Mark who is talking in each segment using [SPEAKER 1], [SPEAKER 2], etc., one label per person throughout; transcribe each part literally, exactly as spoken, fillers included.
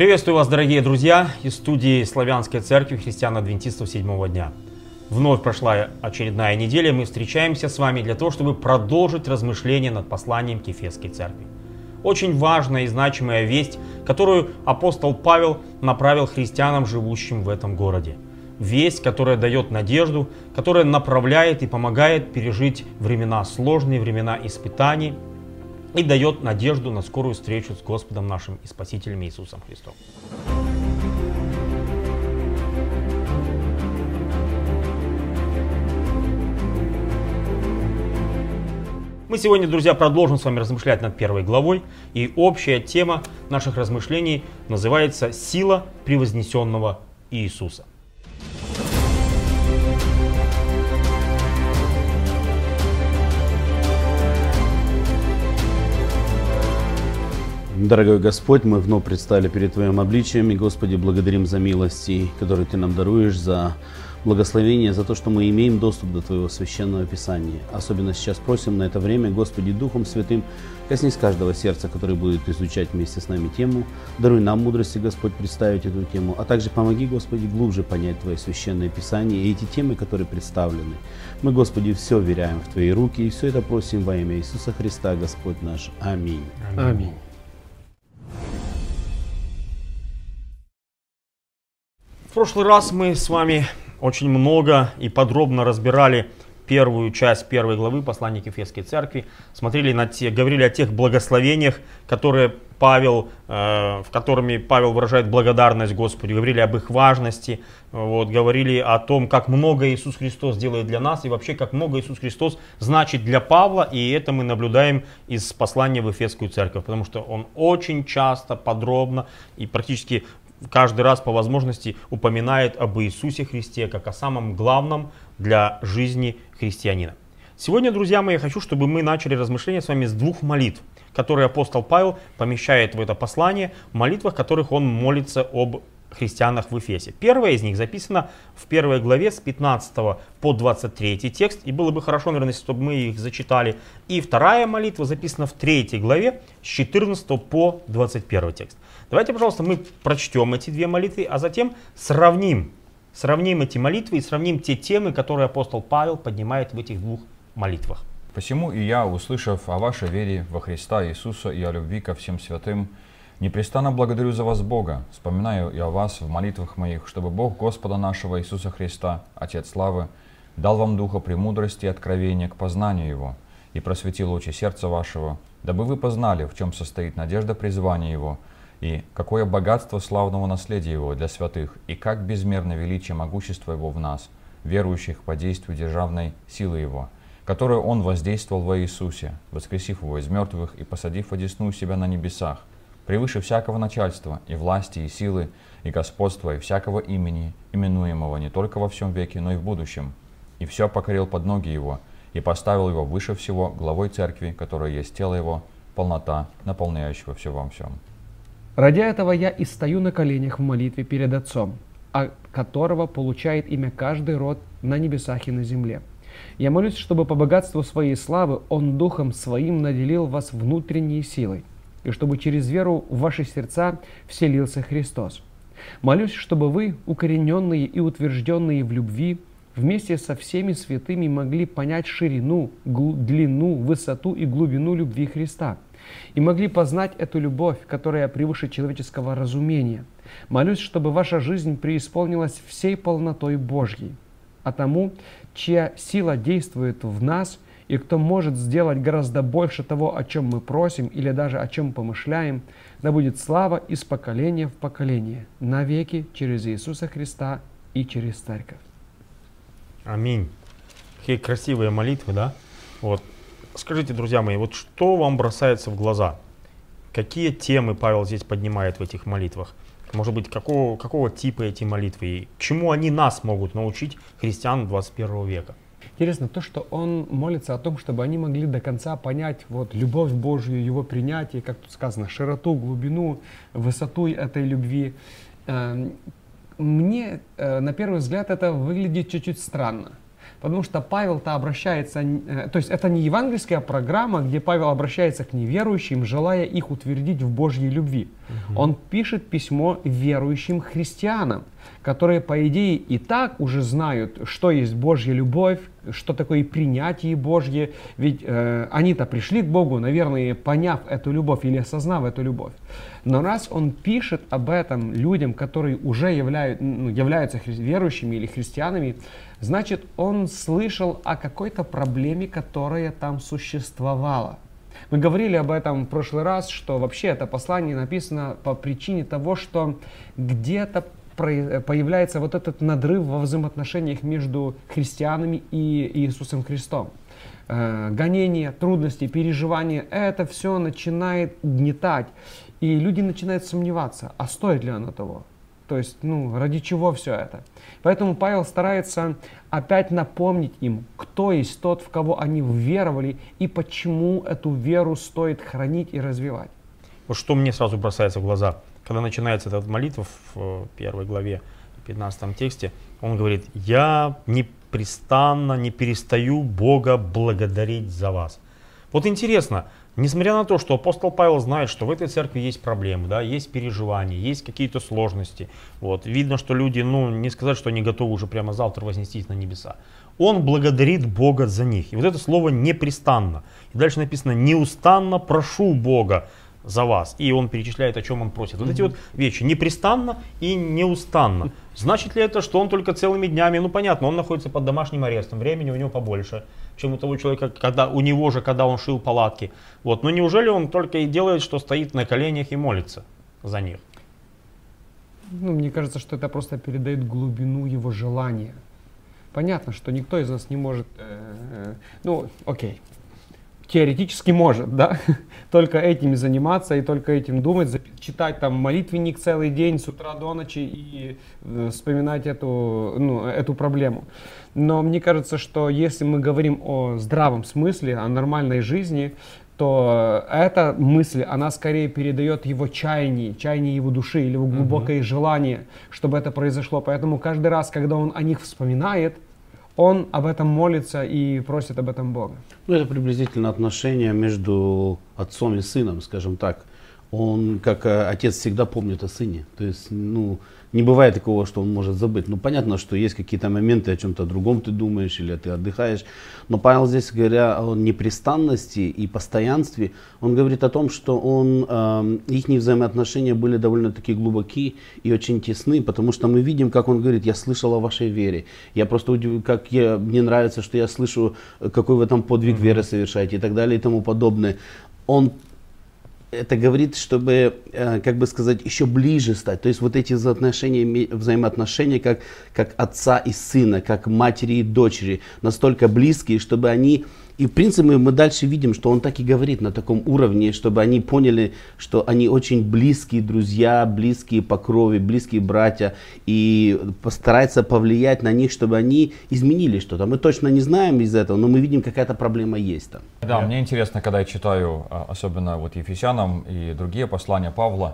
[SPEAKER 1] Приветствую вас, дорогие друзья, из студии Славянской Церкви Христиан-Адвентистов Седьмого дня. Вновь прошла очередная неделя, мы встречаемся с вами для того, чтобы продолжить размышления над посланием к Ефесской Церкви. Очень важная и значимая весть, которую апостол Павел направил христианам, живущим в этом городе. Весть, которая дает надежду, которая направляет и помогает пережить времена сложные, времена испытаний, и дает надежду на скорую встречу с Господом нашим и Спасителем Иисусом Христом. Мы сегодня, друзья, продолжим с вами размышлять над первой главой, и общая тема наших размышлений называется «Сила превознесенного Иисуса».
[SPEAKER 2] Дорогой Господь, мы вновь предстали перед Твоим обличием, и, Господи, благодарим за милости, которые Ты нам даруешь, за благословение, за то, что мы имеем доступ до Твоего Священного Писания. Особенно сейчас просим на это время, Господи, Духом Святым, коснись каждого сердца, который будет изучать вместе с нами тему. Даруй нам мудрости, Господь, представить эту тему, а также помоги, Господи, глубже понять Твое Священное Писание и эти темы, которые представлены. Мы, Господи, все веряем в Твои руки, и все это просим во имя Иисуса Христа, Господь наш. Аминь.
[SPEAKER 1] Аминь. В прошлый раз мы с вами очень много и подробно разбирали первую часть первой главы послания к Ефесской Церкви, смотрели на те, говорили о тех благословениях, которые Павел, э, в которыми Павел выражает благодарность Господу, говорили об их важности, вот, говорили о том, как много Иисус Христос делает для нас и вообще как много Иисус Христос значит для Павла, и это мы наблюдаем из послания в Ефесскую Церковь, потому что он очень часто, подробно и практически каждый раз по возможности упоминает об Иисусе Христе как о самом главном для жизни христианина. Сегодня, друзья мои, я хочу, чтобы мы начали размышления с вами с двух молитв, которые апостол Павел помещает в это послание, в молитвах, в которых он молится об христианах в Эфесе. Первая из них записана в первой главе с пятнадцатого по двадцать третий текст, и было бы хорошо, наверное, чтобы мы их зачитали. И вторая молитва записана в третьей главе с четырнадцатого по двадцать первый текст. Давайте, пожалуйста, мы прочтем эти две молитвы, а затем сравним, сравним эти молитвы и сравним те темы, которые апостол Павел поднимает в этих двух молитвах.
[SPEAKER 3] «Посему и я, услышав о вашей вере во Христа Иисуса и о любви ко всем святым, непрестанно благодарю за вас Бога, вспоминаю и о вас в молитвах моих, чтобы Бог Господа нашего Иисуса Христа, Отец славы, дал вам духа премудрости и откровения к познанию Его, и просветил очи сердца вашего, дабы вы познали, в чем состоит надежда призвания Его, и какое богатство славного наследия Его для святых, и как безмерно величие могущества Его в нас, верующих по действию державной силы Его, которую Он воздействовал во Иисусе, воскресив Его из мертвых и посадив одесную себя на небесах, превыше всякого начальства и власти, и силы, и господства, и всякого имени, именуемого не только во всем веке, но и в будущем. И все покорил под ноги Его, и поставил Его выше всего главой Церкви, которая есть тело Его, полнота, наполняющего все во всем.
[SPEAKER 4] Ради этого я и стою на коленях в молитве перед Отцом, от которого получает имя каждый род на небесах и на земле. Я молюсь, чтобы по богатству своей славы Он Духом Своим наделил вас внутренней силой, и чтобы через веру в ваши сердца вселился Христос. Молюсь, чтобы вы, укорененные и утвержденные в любви, вместе со всеми святыми могли понять ширину, длину, высоту и глубину любви Христа, и могли познать эту любовь, которая превыше человеческого разумения. Молюсь, чтобы ваша жизнь преисполнилась всей полнотой Божьей, а тому, чья сила действует в нас, и кто может сделать гораздо больше того, о чем мы просим, или даже о чем помышляем, да будет слава из поколения в поколение, навеки через Иисуса Христа и через Церковь.
[SPEAKER 1] Аминь. Какие красивые молитвы, да? Вот. Скажите, друзья мои, вот что вам бросается в глаза? Какие темы Павел здесь поднимает в этих молитвах? Может быть, какого, какого типа эти молитвы? И к чему они нас могут научить, христиан двадцать первого века?
[SPEAKER 4] Интересно то, что он молится о том, чтобы они могли до конца понять вот, любовь Божью, Его принятие, как тут сказано, широту, глубину, высоту этой любви. Мне, на первый взгляд, это выглядит чуть-чуть странно. Потому что Павел-то обращается, э, то есть это не евангельская программа, где Павел обращается к неверующим, желая их утвердить в Божьей любви. Угу. Он пишет письмо верующим христианам, которые, по идее, и так уже знают, что есть Божья любовь, что такое принятие Божье. Ведь э, они-то пришли к Богу, наверное, поняв эту любовь или осознав эту любовь. Но раз он пишет об этом людям, которые уже являют, ну, являются хри- верующими или христианами, значит, он слышал о какой-то проблеме, которая там существовала. Мы говорили об этом в прошлый раз, что вообще это послание написано по причине того, что где-то появляется вот этот надрыв во взаимоотношениях между христианами и Иисусом Христом. Гонения, трудности, переживания, это все начинает гнетать. И люди начинают сомневаться, а стоит ли оно того? То есть, ну, ради чего все это? Поэтому Павел старается опять напомнить им, кто есть тот, в кого они веровали, и почему эту веру стоит хранить и развивать.
[SPEAKER 1] Вот что мне сразу бросается в глаза, когда начинается эта молитва в первой главе, в пятнадцатом тексте, он говорит: «Я непрестанно, не перестаю Бога благодарить за вас». Вот интересно, несмотря на то, что апостол Павел знает, что в этой церкви есть проблемы, да, есть переживания, есть какие-то сложности, вот, видно, что люди, ну, не сказать, что они готовы уже прямо завтра вознестись на небеса. Он благодарит Бога за них. И вот это слово «непрестанно». И дальше написано: «Неустанно прошу Бога за вас». И он перечисляет, о чем он просит. Вот mm-hmm. эти вот вещи: непрестанно и неустанно. Значит ли это, что он только целыми днями? Ну понятно, он находится под домашним арестом, времени у него побольше, чем у того человека, когда у него же, когда он шил палатки. Вот. Но неужели он только и делает, что стоит на коленях и молится за них?
[SPEAKER 4] Ну, мне кажется, что это просто передает глубину его желания. Понятно, что никто из нас не может, э, э, ну, окей. Теоретически может, да, только этим заниматься и только этим думать, читать там молитвенник целый день с утра до ночи и э, вспоминать эту, ну, эту проблему. Но мне кажется, что если мы говорим о здравом смысле, о нормальной жизни, то эта мысль, она скорее передает его чаяние, чаяние его души или его глубокое uh-huh. желание, чтобы это произошло. Поэтому каждый раз, когда он о них вспоминает, он об этом молится и просит об этом Бога.
[SPEAKER 2] Ну, это приблизительно отношение между отцом и сыном, скажем так. Он, как отец, всегда помнит о сыне. То есть, ну, не бывает такого, что он может забыть. Ну, понятно, что есть какие-то моменты, о чем-то другом ты думаешь или ты отдыхаешь. Но Павел здесь, говоря о непрестанности и постоянстве, он говорит о том, что он, э, их взаимоотношения были довольно-таки глубоки и очень тесны, потому что мы видим, как он говорит: «Я слышал о вашей вере». Я просто удивлен, как я, мне нравится, что я слышу, какой вы там подвиг mm-hmm. веры совершаете и так далее и тому подобное. Он это говорит, чтобы, как бы сказать, еще ближе стать. То есть вот эти взаимоотношения, взаимоотношения как, как отца и сына, как матери и дочери, настолько близкие, чтобы они... И в принципе мы дальше видим, что он так и говорит на таком уровне, чтобы они поняли, что они очень близкие друзья, близкие по крови, близкие братья, и постарается повлиять на них, чтобы они изменили что-то. Мы точно не знаем из этого, но мы видим, какая-то проблема есть там.
[SPEAKER 3] Да, yeah. Мне интересно, когда я читаю, особенно вот Ефесянам и другие послания Павла,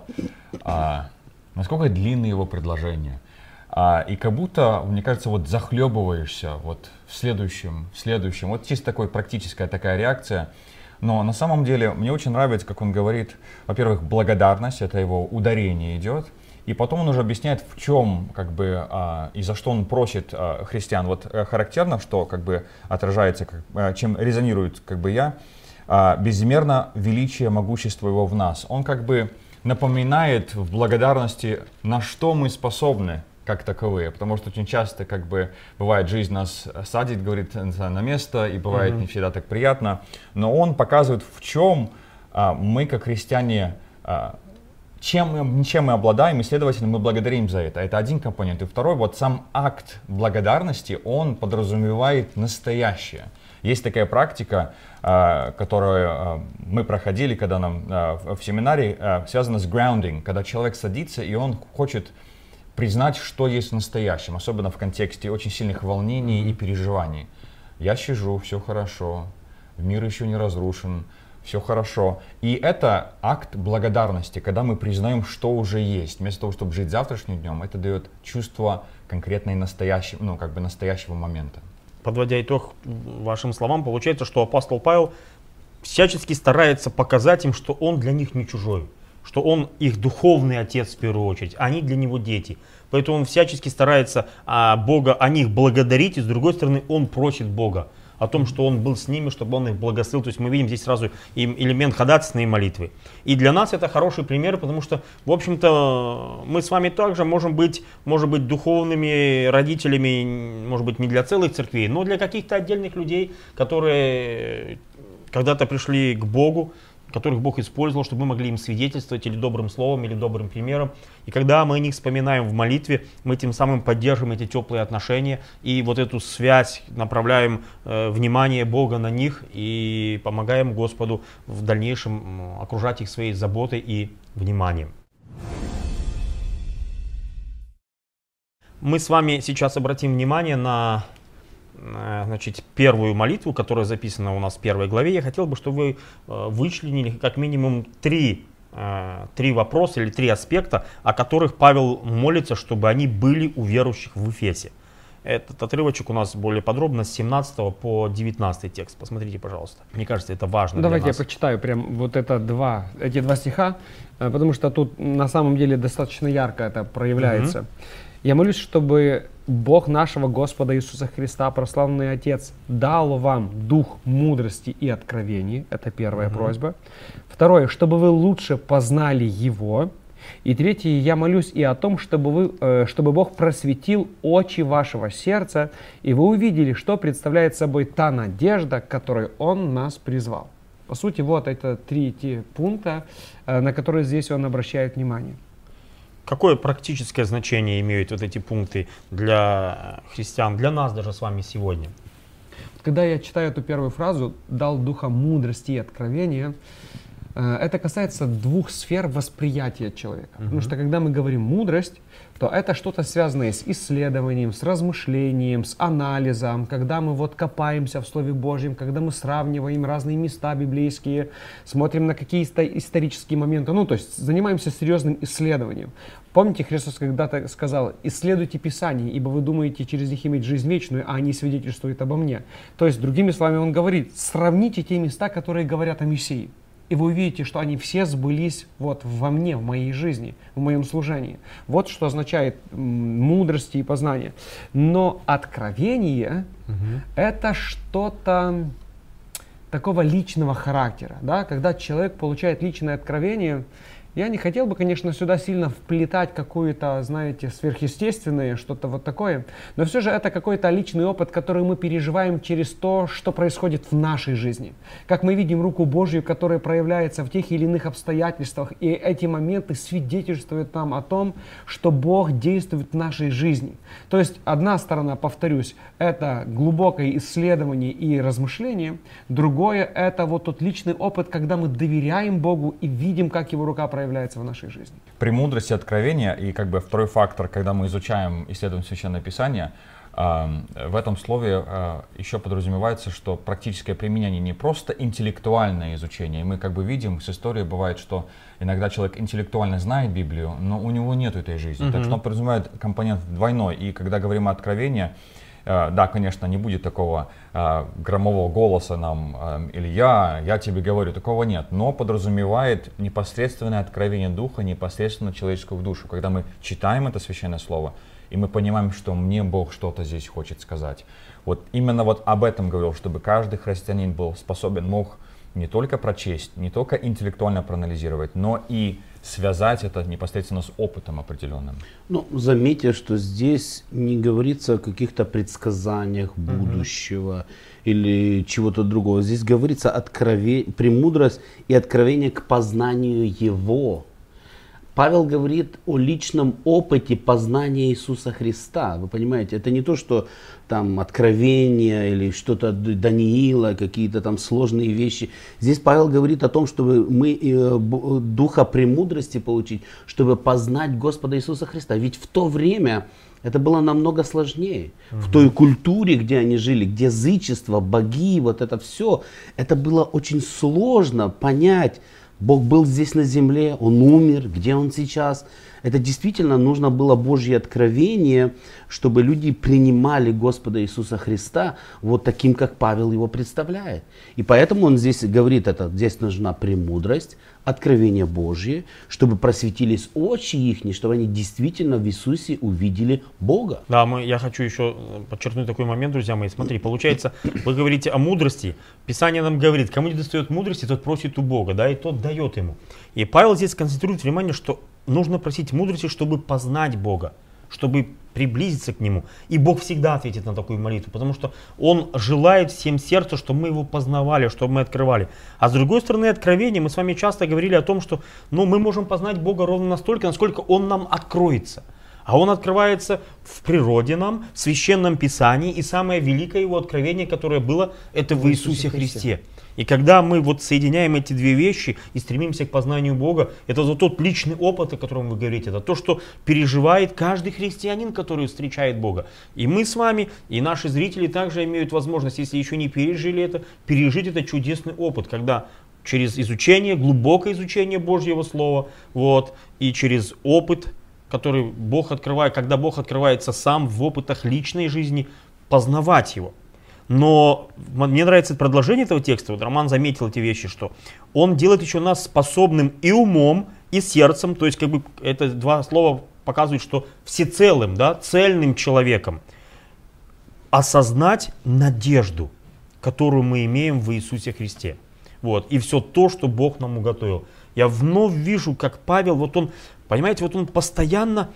[SPEAKER 3] насколько длинны его предложения. А, и как будто, мне кажется, вот захлебываешься вот в следующем, в следующем. Вот чисто такой практическая такая реакция. Но на самом деле мне очень нравится, как он говорит, во-первых, благодарность, это его ударение идет. И потом он уже объясняет, в чем как бы а, и за что он просит а, христиан. Вот а, характерно, что как бы отражается, как, а, чем резонирует как бы я, а, безмерно величие, могущество его в нас. Он как бы напоминает в благодарности, на что мы способны как таковые, потому что очень часто как бы бывает, жизнь нас садит, говорит, на место, и бывает mm-hmm. не всегда так приятно, но он показывает, в чем а, мы как христиане, а, чем, мы, чем мы обладаем, и следовательно мы благодарим за это. Это один компонент. И второй, вот сам акт благодарности, он подразумевает настоящее. Есть такая практика, а, которую а, мы проходили, когда нам а, в семинаре, а, связана с grounding, когда человек садится и он хочет признать, что есть в настоящем, особенно в контексте очень сильных волнений mm-hmm. и переживаний. Я сижу, все хорошо, мир еще не разрушен, все хорошо. И это акт благодарности, когда мы признаем, что уже есть. Вместо того, чтобы жить завтрашним днем, это дает чувство конкретной настоящего, ну, как бы настоящего момента.
[SPEAKER 1] подводя итог вашим словам, получается, что апостол Павел всячески старается показать им, что он для них не чужой, что он их духовный отец в первую очередь, а они для него дети. Поэтому он всячески старается а, Бога о них благодарить, и с другой стороны он просит Бога о том, что он был с ними, чтобы он их благословил. То есть мы видим здесь сразу им элемент ходатайственной молитвы. И для нас это хороший пример, потому что, в общем-то, мы с вами также можем быть, может быть, духовными родителями, может быть, не для целых церквей, но для каких-то отдельных людей, которые когда-то пришли к Богу, которых Бог использовал, чтобы мы могли им свидетельствовать или добрым словом, или добрым примером. И когда мы о них вспоминаем в молитве, мы тем самым поддерживаем эти теплые отношения и вот эту связь, направляем э, внимание Бога на них и помогаем Господу в дальнейшем окружать их своей заботой и вниманием. Мы с вами сейчас обратим внимание на Значит, первую молитву, которая записана у нас в первой главе. Я хотел бы, чтобы вы вычленили как минимум три, три вопроса или три аспекта, о которых Павел молится, чтобы они были у верующих в Эфесе. Этот отрывочек у нас более подробно с семнадцатого по девятнадцатый текст. Посмотрите, пожалуйста. Мне кажется, это важно.
[SPEAKER 4] Давайте
[SPEAKER 1] для нас.
[SPEAKER 4] Я прочитаю прям вот это два, эти два стиха, потому что тут на самом деле достаточно ярко это проявляется. Угу. Я молюсь, чтобы Бог нашего Господа Иисуса Христа, прославленный Отец, дал вам дух мудрости и откровений. Это первая mm-hmm. просьба. Второе, чтобы вы лучше познали Его. И третье, я молюсь и о том, чтобы, вы, чтобы Бог просветил очи вашего сердца, и вы увидели, что представляет собой та надежда, к которой Он нас призвал. По сути, вот это три те пункта, на которые здесь он обращает внимание.
[SPEAKER 1] Какое практическое значение имеют вот эти пункты для христиан, для нас даже с вами сегодня?
[SPEAKER 4] Когда я читаю эту первую фразу «дал духа мудрости и откровения», это касается двух сфер восприятия человека. Uh-huh. Потому что когда мы говорим «мудрость», то это что-то связанное с исследованием, с размышлением, с анализом, когда мы вот копаемся в Слове Божьем, когда мы сравниваем разные места библейские, смотрим на какие-то исторические моменты, ну то есть занимаемся серьезным исследованием. Помните, Христос когда-то сказал: «Исследуйте Писание, ибо вы думаете через них иметь жизнь вечную, а они свидетельствуют обо мне». То есть, другими словами, он говорит: сравните те места, которые говорят о Мессии. И вы увидите, что они все сбылись вот во мне, в моей жизни, в моем служении. Вот что означает мудрости и познание. Но откровение угу. это что-то такого личного характера. Да? Когда человек получает личное откровение, я не хотел бы, конечно, сюда сильно вплетать какое-то, знаете, сверхъестественное, что-то вот такое, но все же это какой-то личный опыт, который мы переживаем через то, что происходит в нашей жизни. Как мы видим руку Божью, которая проявляется в тех или иных обстоятельствах, и эти моменты свидетельствуют нам о том, что Бог действует в нашей жизни. То есть одна сторона, повторюсь, это глубокое исследование и размышление, другое это вот тот личный опыт, когда мы доверяем Богу и видим, как Его рука проявляется в нашей жизни.
[SPEAKER 3] Премудрость и откровение, и как бы второй фактор, когда мы изучаем, исследуем Священное Писание, э, в этом слове э, еще подразумевается, что практическое применение не просто интеллектуальное изучение. И мы как бы видим с истории бывает, что иногда человек интеллектуально знает Библию, но у него нет этой жизни. Mm-hmm. Так что он подразумевает компонент двойной. И когда говорим о откровении, да, конечно, не будет такого э, громового голоса нам, э, Илья, я тебе говорю, такого нет, но подразумевает непосредственное откровение Духа, непосредственно человеческую душу, когда мы читаем это Священное Слово, и мы понимаем, что мне Бог что-то здесь хочет сказать. Вот именно вот об этом говорил, чтобы каждый христианин был способен, мог не только прочесть, не только интеллектуально проанализировать, но и связать это непосредственно с опытом определенным.
[SPEAKER 2] Ну, заметьте, что здесь не говорится о каких-то предсказаниях будущего uh-huh. или чего-то другого. Здесь говорится откровение, премудрость и откровение к познанию Его. Павел говорит о личном опыте познания Иисуса Христа. Вы понимаете, это не то, что там откровение или что-то Даниила, какие-то там сложные вещи. Здесь Павел говорит о том, чтобы мы э, духа премудрости получить, чтобы познать Господа Иисуса Христа. Ведь в то время это было намного сложнее. Угу. В той культуре, где они жили, где язычество, боги, вот это все, это было очень сложно понять. Бог был здесь на земле, Он умер, где Он сейчас. Это действительно нужно было Божье откровение, чтобы люди принимали Господа Иисуса Христа вот таким, как Павел его представляет. И поэтому он здесь говорит это, здесь нужна премудрость, откровение Божье, чтобы просветились очи их, чтобы они действительно в Иисусе увидели Бога.
[SPEAKER 1] Да, мы, я хочу еще подчеркнуть такой момент, друзья мои. Смотри, получается, вы говорите о мудрости. Писание нам говорит, кому не достает мудрости, тот просит у Бога, да, и тот дает ему. И Павел здесь концентрирует внимание, что нужно просить мудрости, чтобы познать Бога, чтобы приблизиться к Нему. И Бог всегда ответит на такую молитву, потому что Он желает всем сердцем, чтобы мы Его познавали, чтобы мы открывали. А с другой стороны, откровение, мы с вами часто говорили о том, что ну, мы можем познать Бога ровно настолько, насколько Он нам откроется. А Он открывается в природе нам, в Священном Писании, и самое великое Его откровение, которое было, это в Иисусе Христе. И когда мы вот соединяем эти две вещи и стремимся к познанию Бога, это вот тот личный опыт, о котором вы говорите, это то, что переживает каждый христианин, который встречает Бога. И мы с вами, и наши зрители также имеют возможность, если еще не пережили это, пережить этот чудесный опыт, когда через изучение, глубокое изучение Божьего Слова, вот, и через опыт, который Бог открывает, когда Бог открывается сам в опытах личной жизни, познавать Его. Но мне нравится продолжение этого текста. Вот Роман заметил эти вещи, что он делает еще нас способным и умом, и сердцем. То есть, как бы, это два слова показывают, что всецелым, да, цельным человеком осознать надежду, которую мы имеем в Иисусе Христе. Вот. И все то, что Бог нам уготовил. Я вновь вижу, как Павел, вот он, понимаете, вот он постоянно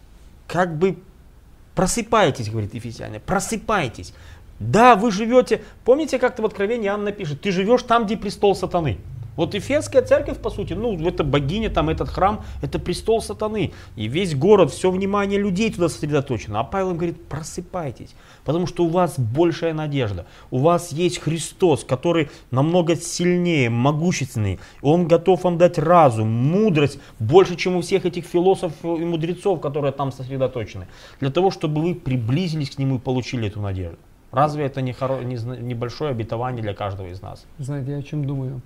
[SPEAKER 1] как бы просыпайтесь, говорит Ефесяне, просыпайтесь. Да, вы живете, помните, как-то в Откровении Иоанн напишет, ты живешь там, где престол сатаны. Вот Ефесская церковь, по сути, ну, это богиня, там этот храм, это престол сатаны. И весь город, все внимание людей туда сосредоточено. А Павел им говорит, просыпайтесь, потому что у вас большая надежда. У вас есть Христос, который намного сильнее, могущественный. Он готов вам дать разум, мудрость, больше, чем у всех этих философов и мудрецов, которые там сосредоточены. Для того, чтобы вы приблизились к Нему и получили эту надежду. Разве это не хоро... не... небольшое обетование для каждого из нас?
[SPEAKER 4] Знаете, я о чем думаю?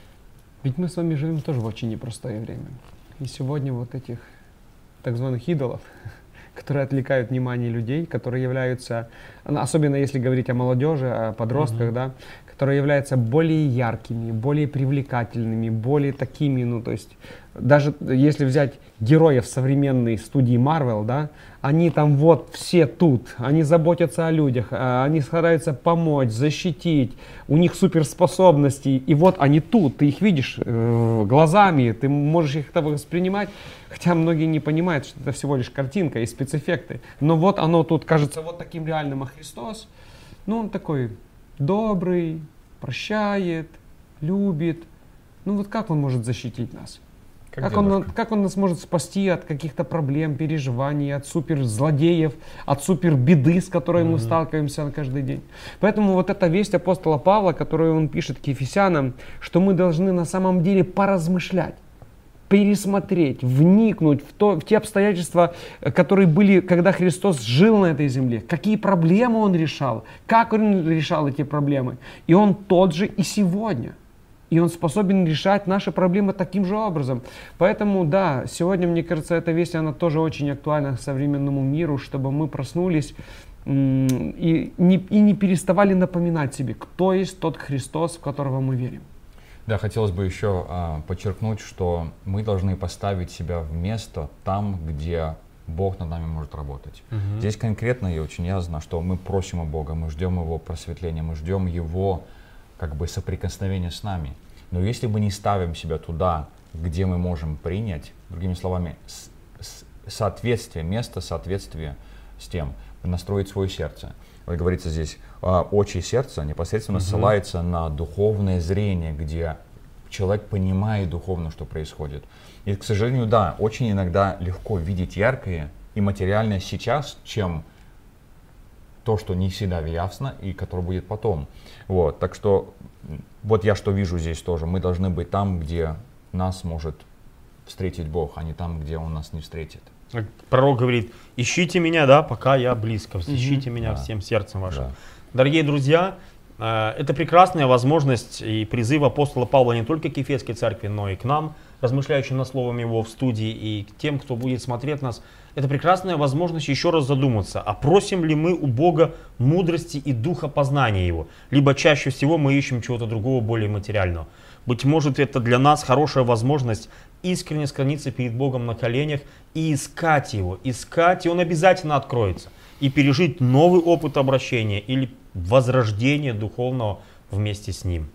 [SPEAKER 4] Ведь мы с вами живем тоже в очень непростое время. И сегодня вот этих так званых идолов, которые отвлекают внимание людей, которые являются, особенно если говорить о молодежи, о подростках, mm-hmm. да, которые являются более яркими, более привлекательными, более такими, ну то есть даже если взять героев современной студии Marvel, да, они там вот все тут, они заботятся о людях, они стараются помочь, защитить, у них суперспособности, и вот они тут, ты их видишь э, глазами, ты можешь их это воспринимать, хотя многие не понимают, что это всего лишь картинка и спецэффекты, но вот оно тут кажется вот таким реальным, а Христос, ну он такой добрый, прощает, любит, ну вот как он может защитить нас? Как, как, он, как он нас может спасти от каких-то проблем, переживаний, от суперзлодеев, от супербеды, с которой mm-hmm. мы сталкиваемся каждый день. Поэтому вот эта весть апостола Павла, которую он пишет к Ефесянам, что мы должны на самом деле поразмышлять, пересмотреть, вникнуть в, то, в те обстоятельства, которые были, когда Христос жил на этой земле, какие проблемы Он решал, как Он решал эти проблемы. И Он тот же и сегодня. И Он способен решать наши проблемы таким же образом. Поэтому, да, сегодня, мне кажется, эта весть, она тоже очень актуальна современному миру, чтобы мы проснулись и не, и не переставали напоминать себе, кто есть тот Христос, в которого мы верим.
[SPEAKER 3] Да, хотелось бы еще а, подчеркнуть, что мы должны поставить себя в место там, где Бог над нами может работать. Угу. Здесь конкретно и очень ясно, что мы просим у Бога, мы ждем Его просветления, мы ждем Его как бы соприкосновения с нами. Но если мы не ставим себя туда, где мы можем принять, другими словами, с, с, соответствие, место соответствия с тем, настроить свое сердце. Как говорится здесь, очи и сердце непосредственно угу. ссылается на духовное зрение, где человек понимает духовно, что происходит. И, к сожалению, да, очень иногда легко видеть яркое и материальное сейчас, чем то, что не всегда ясно и которое будет потом. Вот, так что вот я что вижу здесь тоже. Мы должны быть там, где нас может встретить Бог, а не там, где Он нас не встретит.
[SPEAKER 1] Пророк говорит, ищите меня, да, пока я близко, ищите mm-hmm. меня да. всем сердцем вашим. Да. Дорогие друзья, это прекрасная возможность и призыв апостола Павла не только к Ефесской церкви, но и к нам, размышляющим над словом Его в студии, и тем, кто будет смотреть нас. Это прекрасная возможность еще раз задуматься, а просим ли мы у Бога мудрости и духа познания Его, либо чаще всего мы ищем чего-то другого, более материального. Быть может, это для нас хорошая возможность искренне склониться перед Богом на коленях и искать Его, искать, и Он обязательно откроется, и пережить новый опыт обращения или возрождения духовного вместе с Ним.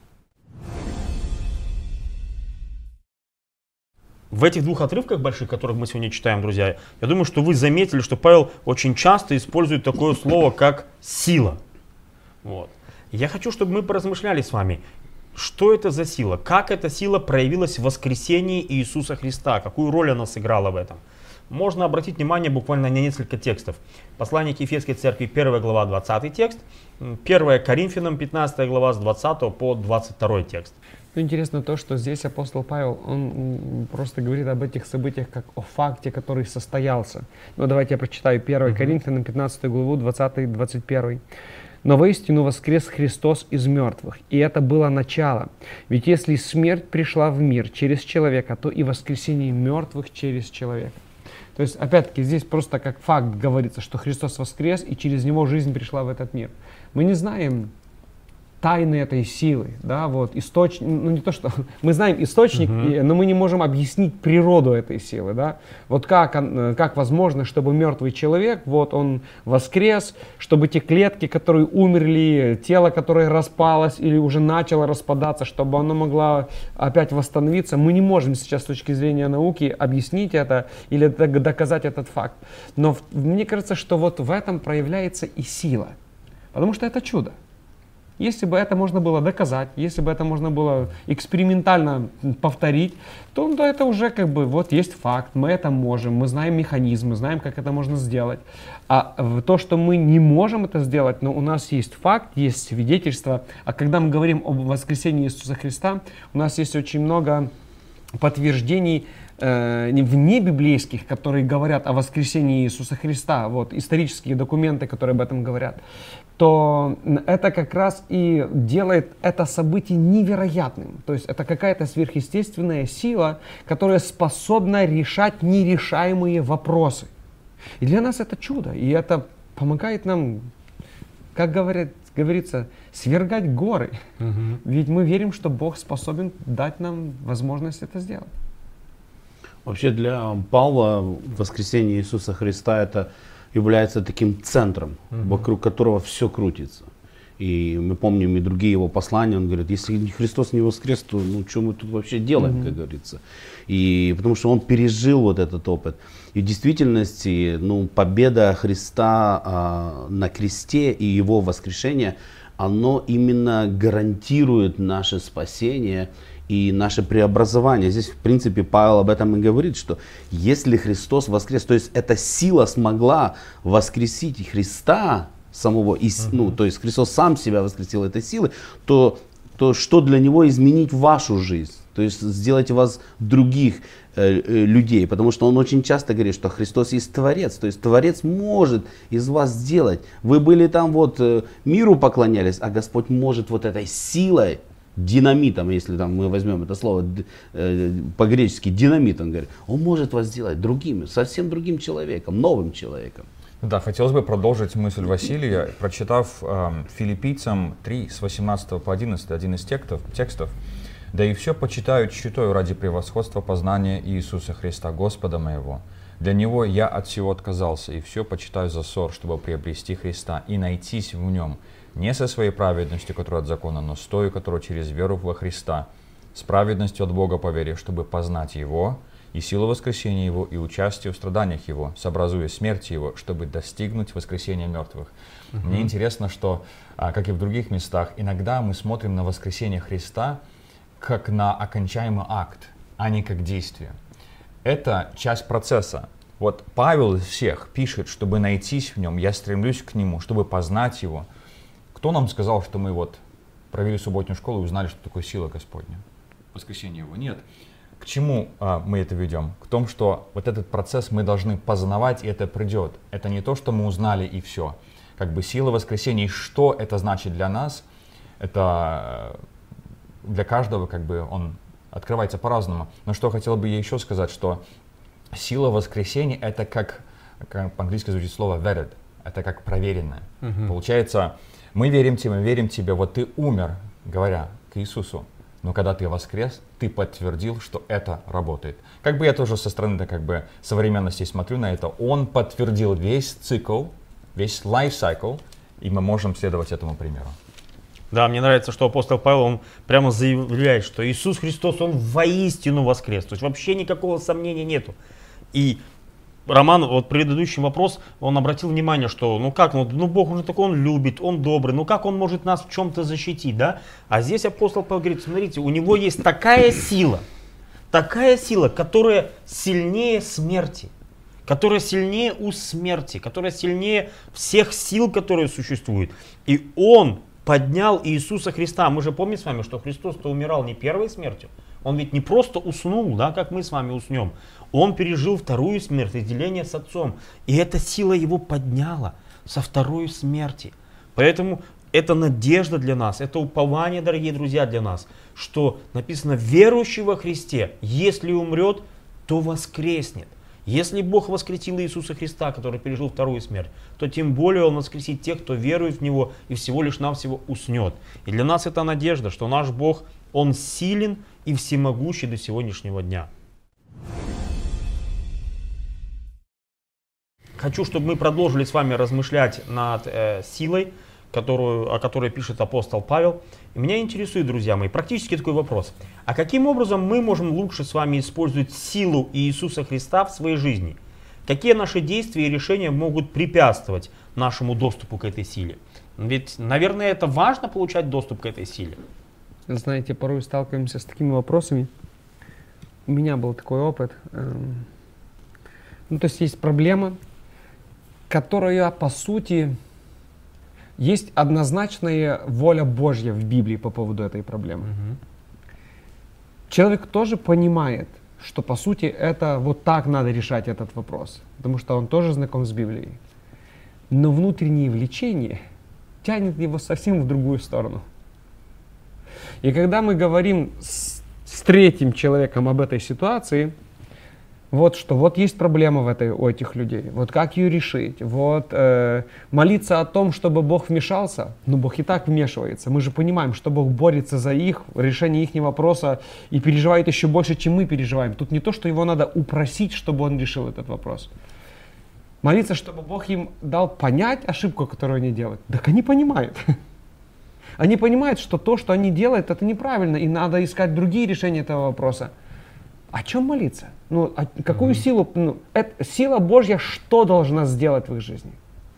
[SPEAKER 1] В этих двух отрывках больших, которых мы сегодня читаем, друзья, я думаю, что вы заметили, что Павел очень часто использует такое слово, как «сила». Вот. Я хочу, чтобы мы поразмышляли с вами, что это за сила, как эта сила проявилась в воскресении Иисуса Христа, какую роль она сыграла в этом. Можно обратить внимание буквально на несколько текстов. Послание к Ефесской церкви, первая глава, двадцатый текст, первое Коринфянам, пятнадцатая глава, с двадцатого по двадцать второй текст.
[SPEAKER 4] Ну, интересно то, что здесь апостол Павел, он просто говорит об этих событиях как о факте, который состоялся. Ну, давайте я прочитаю первое Коринфянам, пятнадцатую главу, двадцатый двадцать первый. «Но воистину воскрес Христос из мертвых, и это было начало. Ведь если смерть пришла в мир через человека, то и воскресение мертвых через человека». То есть, опять-таки, здесь просто как факт говорится, что Христос воскрес, и через Него жизнь пришла в этот мир. Мы не знаем тайны этой силы, да, вот, источник, ну не то, что, мы знаем источник, uh-huh. но мы не можем объяснить природу этой силы, да, вот как, как возможно, чтобы мертвый человек, вот, он воскрес, чтобы те клетки, которые умерли, тело, которое распалось или уже начало распадаться, чтобы оно могло опять восстановиться, мы не можем сейчас с точки зрения науки объяснить это или доказать этот факт, но мне кажется, что вот в этом проявляется и сила, потому что это чудо. Если бы это можно было доказать, если бы это можно было экспериментально повторить, то, то это уже как бы вот есть факт, мы это можем, мы знаем механизмы, знаем, как это можно сделать. А то, что мы не можем это сделать, но у нас есть факт, есть свидетельство. А когда мы говорим об воскресении Иисуса Христа, у нас есть очень много подтверждений э, вне библейских, которые говорят о воскресении Иисуса Христа, вот, исторические документы, которые об этом говорят, то это как раз и делает это событие невероятным. То есть это какая-то сверхъестественная сила, которая способна решать нерешаемые вопросы. И для нас это чудо, и это помогает нам, как говорят, говорится, свергать горы. Угу. Ведь мы верим, что Бог способен дать нам возможность это сделать.
[SPEAKER 2] Вообще для Павла воскресение Иисуса Христа это является таким центром, mm-hmm. вокруг которого все крутится. И мы помним и другие его послания, он говорит, если Христос не воскрес, то ну что мы тут вообще делаем, mm-hmm. как говорится. И потому что он пережил вот этот опыт. И в действительности ну, победа Христа а, на кресте и его воскрешение, оно именно гарантирует наше спасение и наше преобразование. Здесь, в принципе, Павел об этом и говорит, что если Христос воскрес, то есть эта сила смогла воскресить Христа самого, и, uh-huh. ну, то есть Христос сам себя воскресил этой силой, то, то что для Него изменить вашу жизнь? То есть сделать вас других э, э, людей, потому что Он очень часто говорит, что Христос есть Творец, то есть Творец может из вас сделать. Вы были там вот э, миру поклонялись, а Господь может вот этой силой, динамитом, если там мы возьмем это слово э, по-гречески динамит, он говорит, он может вас сделать другим, совсем другим человеком, новым человеком.
[SPEAKER 3] Да, хотелось бы продолжить мысль Василия, прочитав э, Филиппийцам три, с восемнадцатого по одиннадцатый, один из текстов, текстов, «Да и все почитаю тщетою ради превосходства познания Иисуса Христа, Господа моего. Для Него я от всего отказался, и все почитаю за ссор, чтобы приобрести Христа и найтись в Нем, не со своей праведностью, которая от закона, но с той, которая через веру во Христа, с праведностью от Бога по вере, чтобы познать Его, и силу воскресения Его, и участие в страданиях Его, сообразуя смерти Его, чтобы достигнуть воскресения мертвых». Uh-huh. Мне интересно, что, как и в других местах, иногда мы смотрим на воскресение Христа как на окончаемый акт, а не как действие. Это часть процесса. Вот Павел из всех пишет, чтобы найтись в Нем, я стремлюсь к Нему, чтобы познать Его. Кто нам сказал, что мы вот провели субботнюю школу и узнали, что такое сила Господня? Воскресение Его. Нет. К чему а, мы это ведем? К тому, что вот этот процесс мы должны познавать, и это придет. Это не то, что мы узнали и все. Как бы сила воскресения, и что это значит для нас, это для каждого как бы он открывается по-разному. Но что хотел бы я еще сказать, что сила воскресения — это как, как по-английски звучит слово vetted, это как проверенное. Uh-huh. Получается, мы верим тебе, мы верим тебе, вот ты умер, говоря к Иисусу, но когда ты воскрес, ты подтвердил, что это работает. Как бы я тоже со стороны да, как бы современности смотрю на это, он подтвердил весь цикл, весь life cycle, и мы можем следовать этому примеру.
[SPEAKER 1] Да, мне нравится, что апостол Павел, он прямо заявляет, что Иисус Христос, он воистину воскрес. То есть вообще никакого сомнения нету. И Роман, вот предыдущий вопрос, он обратил внимание, что ну как, ну, ну Бог, он же такой, он любит, он добрый, ну как он может нас в чем-то защитить, да? А здесь апостол Павел говорит, смотрите, у него есть такая сила, такая сила, которая сильнее смерти, которая сильнее у смерти, которая сильнее всех сил, которые существуют. И он поднял Иисуса Христа. Мы же помним с вами, что Христос-то умирал не первой смертью. Он ведь не просто уснул, да, как мы с вами уснем. Он пережил вторую смерть, разделение с Отцом. И эта сила его подняла со второй смерти. Поэтому это надежда для нас, это упование, дорогие друзья, для нас, что написано, верующий во Христе, если умрет, то воскреснет. Если Бог воскресил Иисуса Христа, который пережил вторую смерть, то тем более Он воскресит тех, кто верует в Него и всего лишь навсего уснет. И для нас это надежда, что наш Бог, Он силен и всемогущий до сегодняшнего дня. Хочу, чтобы мы продолжили с вами размышлять над э, силой, которую, о которой пишет апостол Павел. И меня интересует, друзья мои, практически такой вопрос. А каким образом мы можем лучше с вами использовать силу Иисуса Христа в своей жизни? Какие наши действия и решения могут препятствовать нашему доступу к этой силе? Ведь, наверное, это важно получать доступ к этой силе.
[SPEAKER 4] Знаете, порой сталкиваемся с такими вопросами. У меня был такой опыт. Ну, то есть есть проблема, которая, по сути, есть однозначная воля Божья в Библии по поводу этой проблемы. Угу. Человек тоже понимает, что, по сути, это вот так надо решать этот вопрос, потому что он тоже знаком с Библией. Но внутреннее влечение тянет его совсем в другую сторону. И когда мы говорим с, с третьим человеком об этой ситуации, вот что, вот есть проблема в этой, у этих людей, вот как ее решить, вот э, молиться о том, чтобы Бог вмешался, ну Бог и так вмешивается, мы же понимаем, что Бог борется за их, решение их вопроса и переживает еще больше, чем мы переживаем. Тут не то, что его надо упросить, чтобы он решил этот вопрос. Молиться, чтобы Бог им дал понять ошибку, которую они делают. Так они понимают. Они понимают, что то, что они делают, это неправильно, и надо искать другие решения этого вопроса. О чем молиться? Ну, о, какую mm-hmm. силу? Ну, это, сила Божья что должна сделать в их жизни?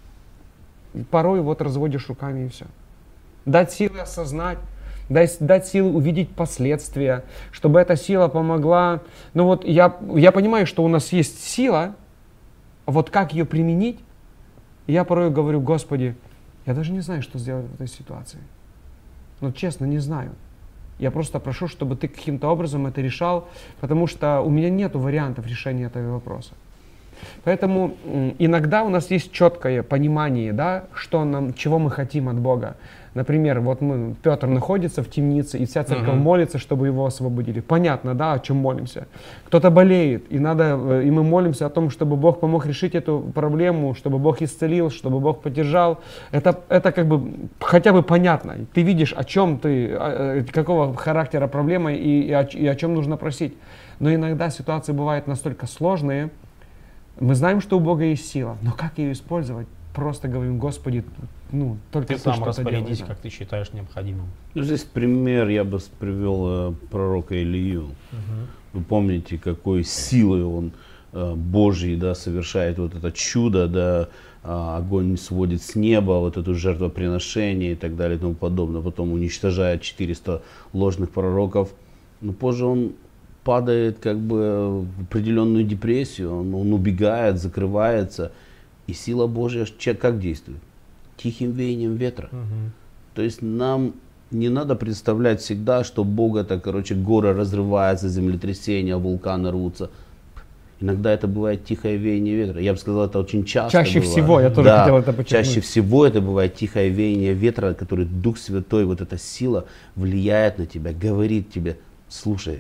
[SPEAKER 4] И порой вот разводишь руками и все. Дать силы осознать, дать, дать силы увидеть последствия, чтобы эта сила помогла. Ну вот я, я понимаю, что у нас есть сила, вот как ее применить, я порой говорю, Господи, я даже не знаю, что сделать в этой ситуации. Ну, честно, не знаю. Я просто прошу, чтобы ты каким-то образом это решал, потому что у меня нет вариантов решения этого вопроса. Поэтому иногда у нас есть четкое понимание, да, что нам, чего мы хотим от Бога. Например, вот мы, Петр находится в темнице, и вся церковь uh-huh. молится, чтобы его освободили. Понятно, да, о чем молимся. Кто-то болеет, и, надо, и мы молимся о том, чтобы Бог помог решить эту проблему, чтобы Бог исцелил, чтобы Бог поддержал. Это, это как бы хотя бы понятно. Ты видишь, о чем ты, какого характера проблема и, и, о, и о чем нужно просить. Но иногда ситуации бывают настолько сложные. Мы знаем, что у Бога есть сила, но как ее использовать? Просто говорим, Господи, ну, только
[SPEAKER 1] ты,
[SPEAKER 4] ты
[SPEAKER 1] сам распорядись,
[SPEAKER 4] делай,
[SPEAKER 1] как ты считаешь необходимым.
[SPEAKER 2] Ну, здесь пример я бы привел э, пророка Илью. Угу. Вы помните, какой силой он э, Божий, да, совершает вот это чудо, да, э, огонь сводит с неба, вот это жертвоприношение и так далее и тому подобное. Потом уничтожает четыреста ложных пророков. Но позже он падает как бы в определенную депрессию, он, он убегает, закрывается. И сила Божья как действует? Тихим веянием ветра. Угу. То есть нам не надо представлять всегда, что Бог это, короче, горы разрываются, землетрясения, вулканы рвутся. Иногда это бывает тихое веяние ветра. Я бы сказал, это очень часто
[SPEAKER 4] Чаще
[SPEAKER 2] бывает.
[SPEAKER 4] всего, я тоже
[SPEAKER 2] да,
[SPEAKER 4] хотел это подчеркнуть.
[SPEAKER 2] Чаще всего это бывает тихое веяние ветра, который Дух Святой, вот эта сила влияет на тебя, говорит тебе, слушай,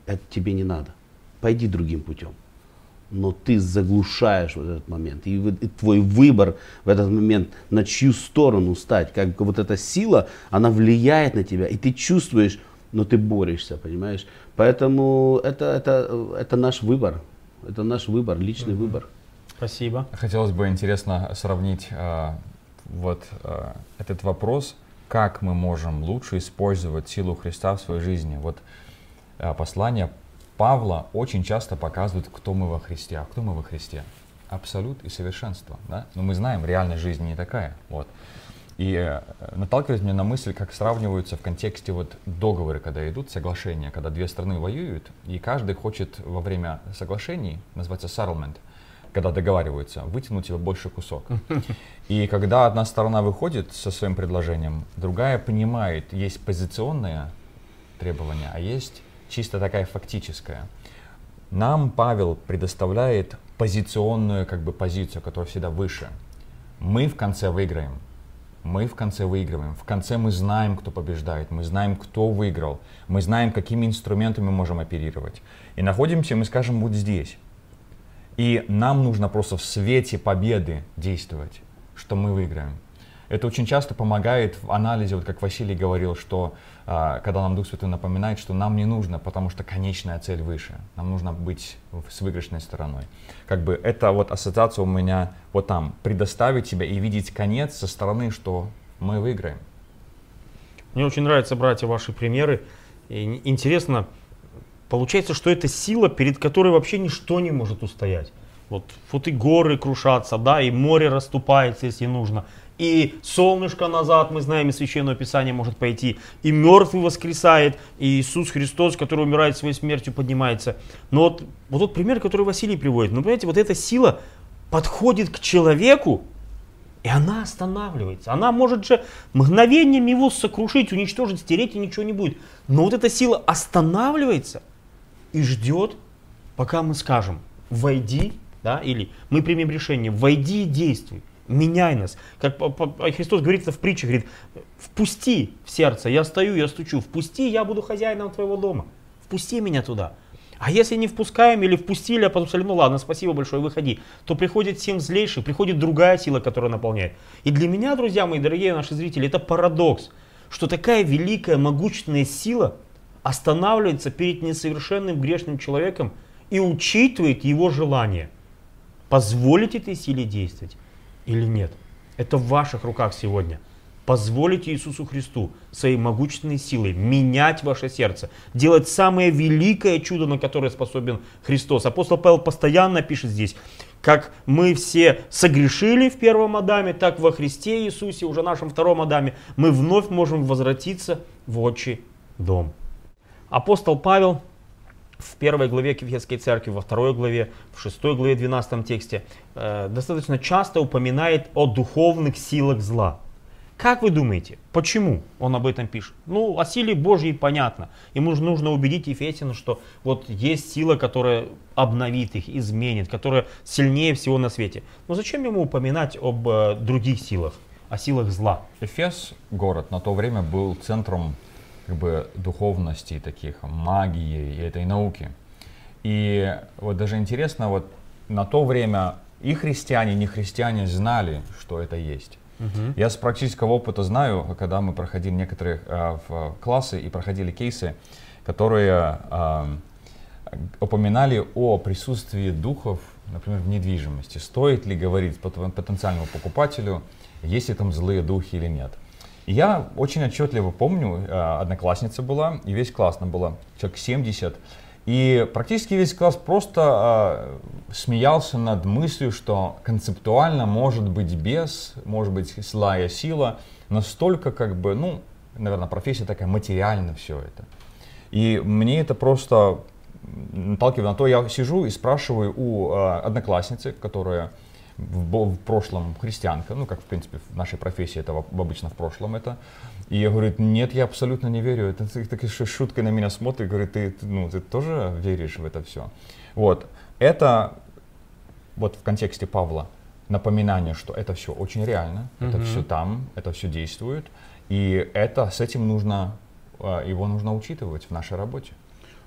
[SPEAKER 2] это тебе не надо. Пойди другим путем. Но ты заглушаешь вот этот момент. И, и твой выбор в этот момент, на чью сторону стать, как вот эта сила, она влияет на тебя, и ты чувствуешь, но ты борешься, понимаешь? Поэтому это, это, это наш выбор. Это наш выбор, личный mm-hmm. выбор.
[SPEAKER 1] Спасибо.
[SPEAKER 3] Хотелось бы интересно сравнить э, вот э, этот вопрос, как мы можем лучше использовать силу Христа в своей жизни. Вот э, послание Павла очень часто показывает, кто мы во Христе. А кто мы во Христе? Абсолют и совершенство. Да? Но мы знаем, реальная жизнь не такая. Вот. И э, наталкивает меня на мысль, как сравниваются в контексте вот договоры, когда идут, соглашения, когда две страны воюют, и каждый хочет во время соглашений, называется settlement, когда договариваются, вытянуть себе больше кусок. И когда одна сторона выходит со своим предложением, другая понимает, есть позиционное требование, а есть чисто такая фактическая. Нам Павел предоставляет позиционную как бы позицию, которая всегда выше. Мы в конце выиграем. Мы в конце выигрываем. В конце мы знаем, кто побеждает, мы знаем, кто выиграл, мы знаем, какими инструментами мы можем оперировать. И находимся, мы скажем, вот здесь. И нам нужно просто в свете победы действовать, что мы выиграем. Это очень часто помогает в анализе, вот как Василий говорил, что а, когда нам Дух Святой напоминает, что нам не нужно, потому что конечная цель выше. Нам нужно быть с выигрышной стороной. Как бы это вот ассоциация у меня вот там, предоставить себя и видеть конец со стороны, что мы выиграем.
[SPEAKER 1] Мне очень нравятся, братья, ваши примеры. И интересно, получается, что это сила, перед которой вообще ничто не может устоять. Вот, вот и горы крушатся, да, и море расступается, если нужно. И солнышко назад, мы знаем, из Священного Писания может пойти. И мертвый воскресает, и Иисус Христос, который умирает своей смертью, поднимается. Но вот, вот тот пример, который Василий приводит, ну, понимаете, вот эта сила подходит к человеку, и она останавливается. Она может же мгновением его сокрушить, уничтожить, стереть, и ничего не будет. Но вот эта сила останавливается и ждет, пока мы скажем: войди, да, или мы примем решение: войди и действуй. Меняй нас. Как Христос говорит это в притче, говорит: впусти в сердце, я стою, я стучу, впусти, я буду хозяином твоего дома. Впусти меня туда. А если не впускаем или впустили, а потом сказали: ну ладно, спасибо большое, выходи, то приходит семь злейших, приходит другая сила, которая наполняет. И для меня, друзья мои, дорогие наши зрители, это парадокс, что такая великая, могущественная сила останавливается перед несовершенным грешным человеком и учитывает его желание. Позволить этой силе действовать или нет? Это в ваших руках сегодня. Позволите Иисусу Христу своей могущественной силой менять ваше сердце, делать самое великое чудо, на которое способен Христос. Апостол Павел постоянно пишет здесь: как мы все согрешили в первом Адаме, так во Христе Иисусе, уже нашем втором Адаме, мы вновь можем возвратиться в отчий дом. Апостол Павел в первой главе к Ефесской церкви, во второй главе, в шестой главе, двенадцатом тексте э, достаточно часто упоминает о духовных силах зла. Как вы думаете, почему он об этом пишет? Ну, о силе Божьей понятно. Ему же нужно убедить Ефесян, что вот есть сила, которая обновит их, изменит, которая сильнее всего на свете. Но зачем ему упоминать об э, других силах, о силах зла?
[SPEAKER 3] Эфес, город, на то время был центром как бы духовности, таких, магии и этой науки. И вот даже интересно, вот на то время и христиане, и не христиане знали, что это есть. Uh-huh. Я с практического опыта знаю, когда мы проходили некоторые э, в классы и проходили кейсы, которые э, упоминали о присутствии духов, например, в недвижимости. Стоит ли говорить потенциальному покупателю, есть ли там злые духи или нет. И я очень отчетливо помню, э, одноклассница была, и весь класс, нам было человек семьдесят, и практически весь класс просто э, смеялся над мыслью, что концептуально может быть бес, может быть злая сила, настолько как бы, ну, наверное, профессия такая, материально все это. И мне это просто наталкивает на то, я сижу и спрашиваю у э, одноклассницы, которая в, в прошлом христианка, ну, как в принципе в нашей профессии это обычно в прошлом это. И я говорю: нет, я абсолютно не верю. Это такая шуткой на меня смотрит, говорит: ты, ну, ты тоже веришь в это все? Вот. Это вот в контексте Павла напоминание, что это все очень реально, mm-hmm. это все там, это все действует. И это, с этим нужно, его нужно учитывать в нашей работе.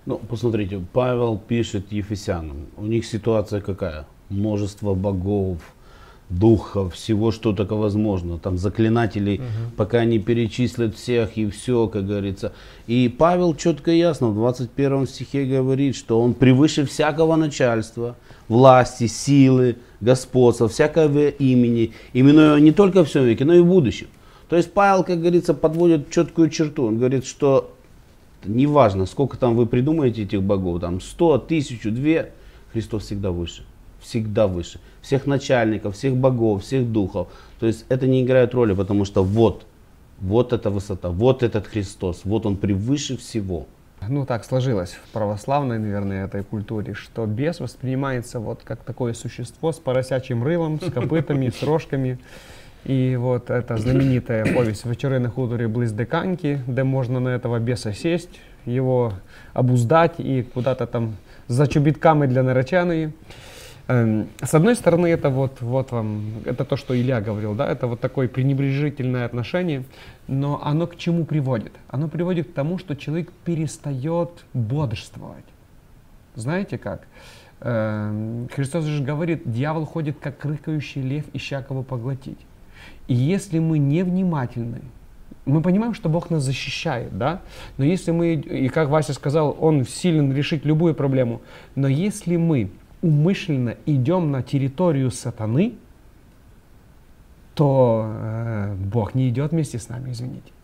[SPEAKER 2] Ну, посмотрите, Павел пишет Ефесянам. У них ситуация какая? Множество богов, духов, всего, что только возможно. Там заклинателей, угу. пока не перечислят всех и все, как говорится. И Павел четко и ясно в двадцать первом стихе говорит, что он превыше всякого начальства, власти, силы, господства, всякого имени, именуя не только в всем веке, но и в будущем. То есть Павел, как говорится, подводит четкую черту. Он говорит, что неважно, сколько там вы придумаете этих богов, там сто, тысячу, две, Христос всегда выше. Всегда выше. Всех начальников, всех богов, всех духов. То есть это не играет роли, потому что вот, вот эта высота, вот этот Христос, вот он превыше всего.
[SPEAKER 4] Ну так сложилось в православной, наверное, этой культуре, что бес воспринимается вот как такое существо с поросячьим рылом, с копытами, с рожками. И вот эта знаменитая повесть «Вечери на хуторі близ Диканьки», где можно на этого беса сесть, его обуздать и куда-то там за чобітками для нареченої. С одной стороны, это вот, вот вам, это то, что Илья говорил, да, это вот такое пренебрежительное отношение, но оно к чему приводит? Оно приводит к тому, что человек перестает бодрствовать. Знаете как? Христос же говорит, дьявол ходит как рыкающий лев, ища кого поглотить. И если мы невнимательны, мы понимаем, что Бог нас защищает, да? Но если мы, и как Вася сказал, Он силен решить любую проблему, но если мы умышленно идем на территорию сатаны, то э, Бог не идет вместе с нами, извините.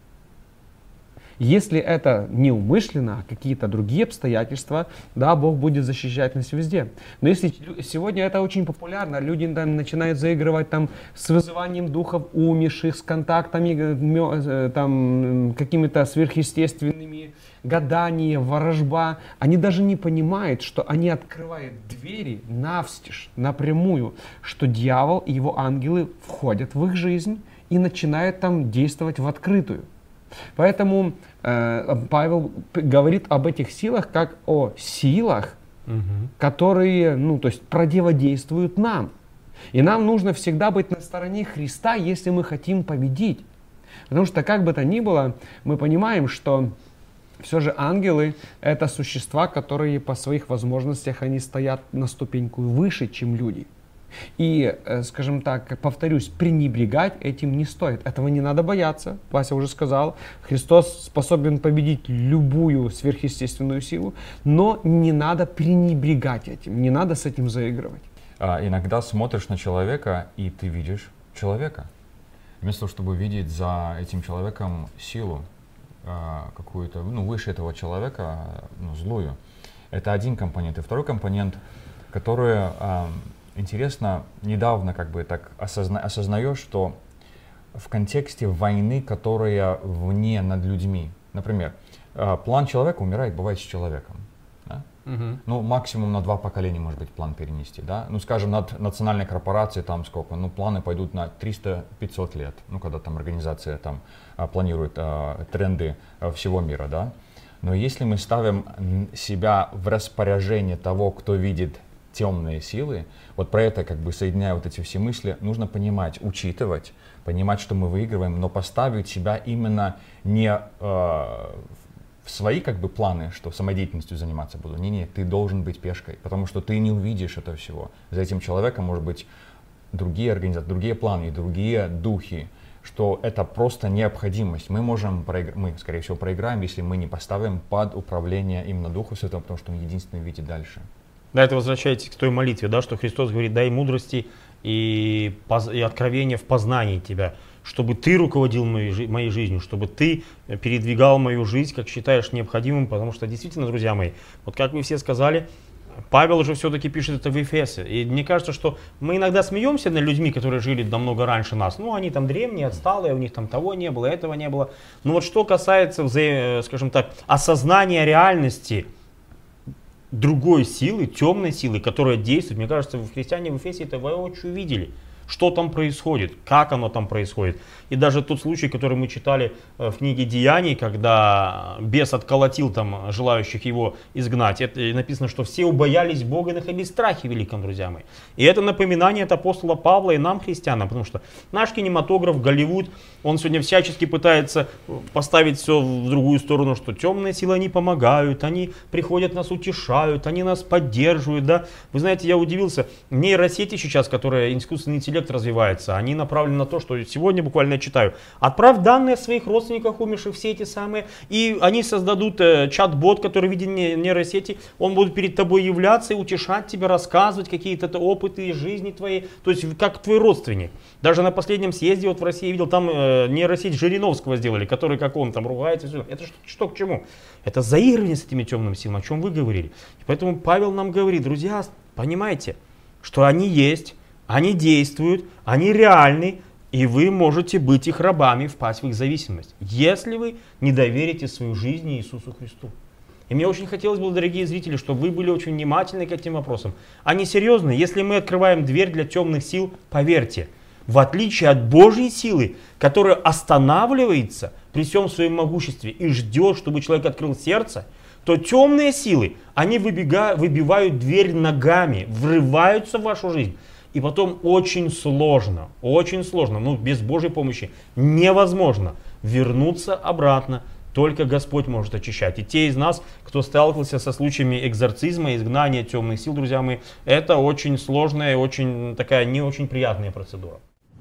[SPEAKER 4] Если это неумышленно, а какие-то другие обстоятельства, да, Бог будет защищать нас везде. Но если сегодня это очень популярно, люди там начинают заигрывать там с вызыванием духов умерших, с контактами, там, какими-то сверхъестественными, гадания, ворожба, они даже не понимают, что они открывают двери навстежь, напрямую, что дьявол и его ангелы входят в их жизнь и начинают там действовать в открытую. Поэтому э, Павел говорит об этих силах как о силах, угу. которые, ну, то есть противодействуют нам. И нам нужно всегда быть на стороне Христа, если мы хотим победить. Потому что, как бы то ни было, мы понимаем, что все же ангелы — это существа, которые по своих возможностях они стоят на ступеньку выше, чем люди. И, скажем так, повторюсь, пренебрегать этим не стоит. Этого не надо бояться. Вася уже сказал, Христос способен победить любую сверхъестественную силу, но не надо пренебрегать этим, не надо с этим заигрывать.
[SPEAKER 3] А, иногда смотришь на человека, и ты видишь человека. Вместо того, чтобы видеть за этим человеком силу, а, какую-то, ну, выше этого человека, ну, злую. Это один компонент. И второй компонент, который... А, интересно, недавно как бы так осозна, осознаешь, что в контексте войны, которая вне над людьми, например, план человека умирает, бывает с человеком. Да? Угу. Ну, максимум на два поколения, может быть, план перенести. Да? Ну, скажем, над национальной корпорацией там сколько? Ну, планы пойдут на триста-пятьсот лет, ну, когда там организация там планирует а, тренды всего мира, да? Но если мы ставим себя в распоряжение того, кто видит темные силы, вот про это, как бы соединяя вот эти все мысли, нужно понимать, учитывать, понимать, что мы выигрываем, но поставить себя именно не э, в свои как бы планы, что самодеятельностью заниматься буду. Не-не, ты должен быть пешкой, потому что ты не увидишь этого всего. За этим человеком может быть другие организации, другие планы, другие духи, что это просто необходимость. Мы можем, проигр... мы, скорее всего, проиграем, если мы не поставим под управление именно Духа Святого, потому что он единственный видит дальше.
[SPEAKER 1] Да, это возвращается к той молитве, да, что Христос говорит, дай мудрости и, поз... и откровения в познании тебя, чтобы ты руководил моей, жи... моей жизнью, чтобы ты передвигал мою жизнь, как считаешь необходимым, потому что действительно, друзья мои, вот как вы все сказали, Павел уже все-таки пишет это в Ефесе. И мне кажется, что мы иногда смеемся над людьми, которые жили намного раньше нас. Ну, они там древние, отсталые, у них там того не было, этого не было. Но вот что касается, вза... скажем так, осознания реальности другой силы, темной силы, которая действует, мне кажется, христиане в Ефесе это воочию видели. что там происходит, как оно там происходит. И даже тот случай, который мы читали в книге Деяний, когда бес отколотил там желающих его изгнать, это написано, что все убоялись Бога и находились в страхе великом, друзья мои. И это напоминание от апостола Павла и нам, христианам, потому что наш кинематограф, Голливуд, он сегодня всячески пытается поставить все в другую сторону, что темные силы, они помогают, они приходят, нас утешают, они нас поддерживают, да. Вы знаете, я удивился, нейросети сейчас, которые искусственный интеллект развивается, они направлены на то, что сегодня буквально я читаю, отправь данные о своих родственниках умерших, все эти самые, и они создадут э, чат-бот, который в виде нейросети, он будет перед тобой являться и утешать тебя, рассказывать какие-то опыты из жизни твоей, то есть как твой родственник. Даже на последнем съезде вот в России я видел, там э, нейросеть Жириновского сделали, который как он там ругается. Все. Это что, что к чему? Это заигрывание с этими темными силами, о чем вы говорили. И поэтому Павел нам говорит, друзья, понимаете, что они есть, они действуют, они реальны, и вы можете быть их рабами, впасть в их зависимость, если вы не доверите свою жизнь Иисусу Христу. И мне очень хотелось бы, дорогие зрители, чтобы вы были очень внимательны к этим вопросам. Они серьезные. Если мы открываем дверь для темных сил, поверьте, в отличие от Божьей силы, которая останавливается при всем своем могуществе и ждет, чтобы человек открыл сердце, то темные силы, они выбегают, выбивают дверь ногами, врываются в вашу жизнь. И потом очень сложно, очень сложно, ну без Божьей помощи невозможно вернуться обратно. Только Господь может очищать. И те из нас, кто сталкивался со случаями экзорцизма, изгнания темных сил, друзья мои, это очень сложная, очень такая не очень приятная процедура.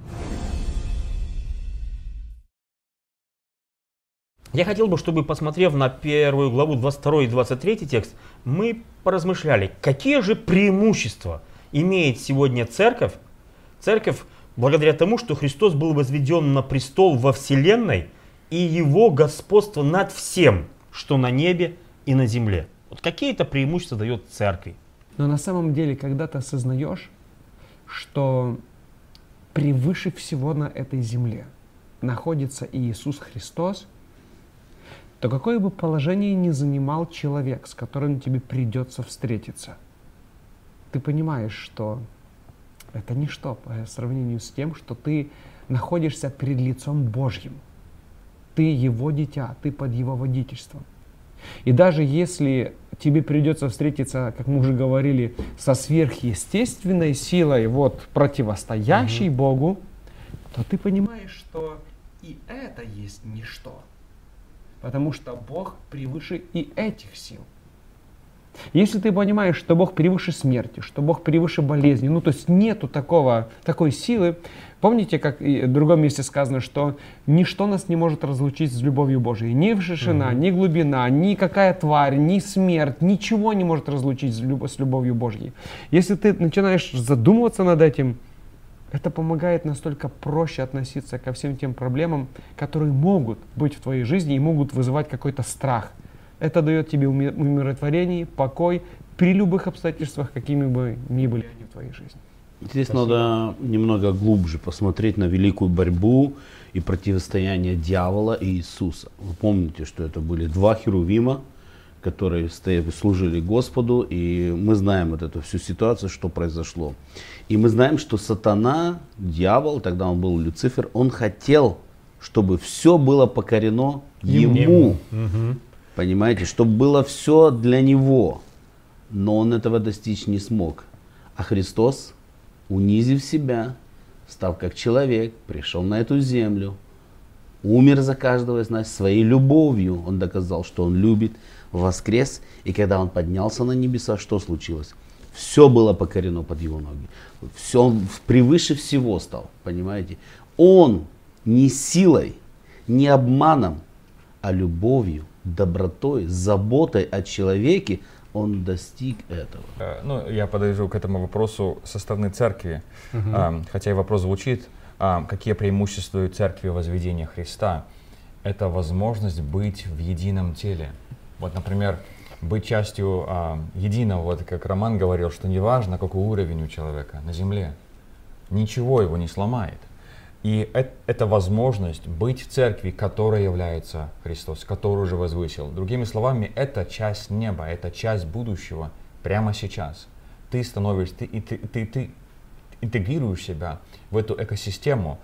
[SPEAKER 1] Я хотел бы, чтобы, посмотрев на первую главу, двадцать второй и двадцать третий текст, мы поразмышляли, какие же преимущества имеет сегодня церковь. Церковь, благодаря тому, что Христос был возведен на престол во вселенной, и его господство над всем, что на небе и на земле. Вот какие это преимущества дает церкви.
[SPEAKER 4] Но на самом деле, когда ты осознаешь, что превыше всего на этой земле находится Иисус Христос, то какое бы положение ни занимал человек, с которым тебе придется встретиться, ты понимаешь, что это ничто по сравнению с тем, что ты находишься перед лицом Божьим. Ты Его дитя, ты под Его водительством. И даже если тебе придется встретиться, как мы уже говорили, со сверхъестественной силой, вот, противостоящей угу. Богу, то ты понимаешь, что и это есть ничто. Потому что Бог превыше и этих сил. Если ты понимаешь, что Бог превыше смерти, что Бог превыше болезни, ну то есть нету такого, такой силы. Помните, как и в другом месте сказано, что ничто нас не может разлучить с любовью Божией. Ни ширина, угу. ни глубина, ни какая тварь, ни смерть, ничего не может разлучить с, люб- с любовью Божьей. Если ты начинаешь задумываться над этим, это помогает настолько проще относиться ко всем тем проблемам, которые могут быть в твоей жизни и могут вызывать какой-то страх. Это дает тебе умиротворение, покой при любых обстоятельствах, какими бы ни были они в твоей жизни.
[SPEAKER 2] Здесь
[SPEAKER 4] Спасибо.
[SPEAKER 2] Надо немного глубже посмотреть на великую борьбу и противостояние дьявола и Иисуса. Вы помните, что это были два херувима, которые служили Господу, и мы знаем вот эту всю ситуацию, что произошло. И мы знаем, что сатана, дьявол, тогда он был Люцифер, он хотел, чтобы все было покорено ему. ему. Угу. Понимаете, чтобы было все для него. Но он этого достичь не смог. А Христос, унизив себя, став как человек, пришел на эту землю, умер за каждого из нас своей любовью. Он доказал, что он любит, воскрес. И когда он поднялся на небеса, что случилось? Все было покорено под его ноги. Все, он превыше всего стал, понимаете? Он не силой, не обманом, а любовью, добротой, заботой о человеке он достиг этого.
[SPEAKER 3] Ну, я подойду к этому вопросу со стороны церкви. Uh-huh. Хотя и вопрос звучит, какие преимущества у церкви возведения Христа? Это возможность быть в едином теле. Вот, например, быть частью а, единого, вот как Роман говорил, что не важно, какой уровень у человека на земле, ничего его не сломает. И это, это возможность быть в церкви, которая является Христос, который уже возвысил. Другими словами, это часть неба, это часть будущего прямо сейчас. Ты становишься, ты, и ты, ты, ты, интегрируешь себя в эту экосистему,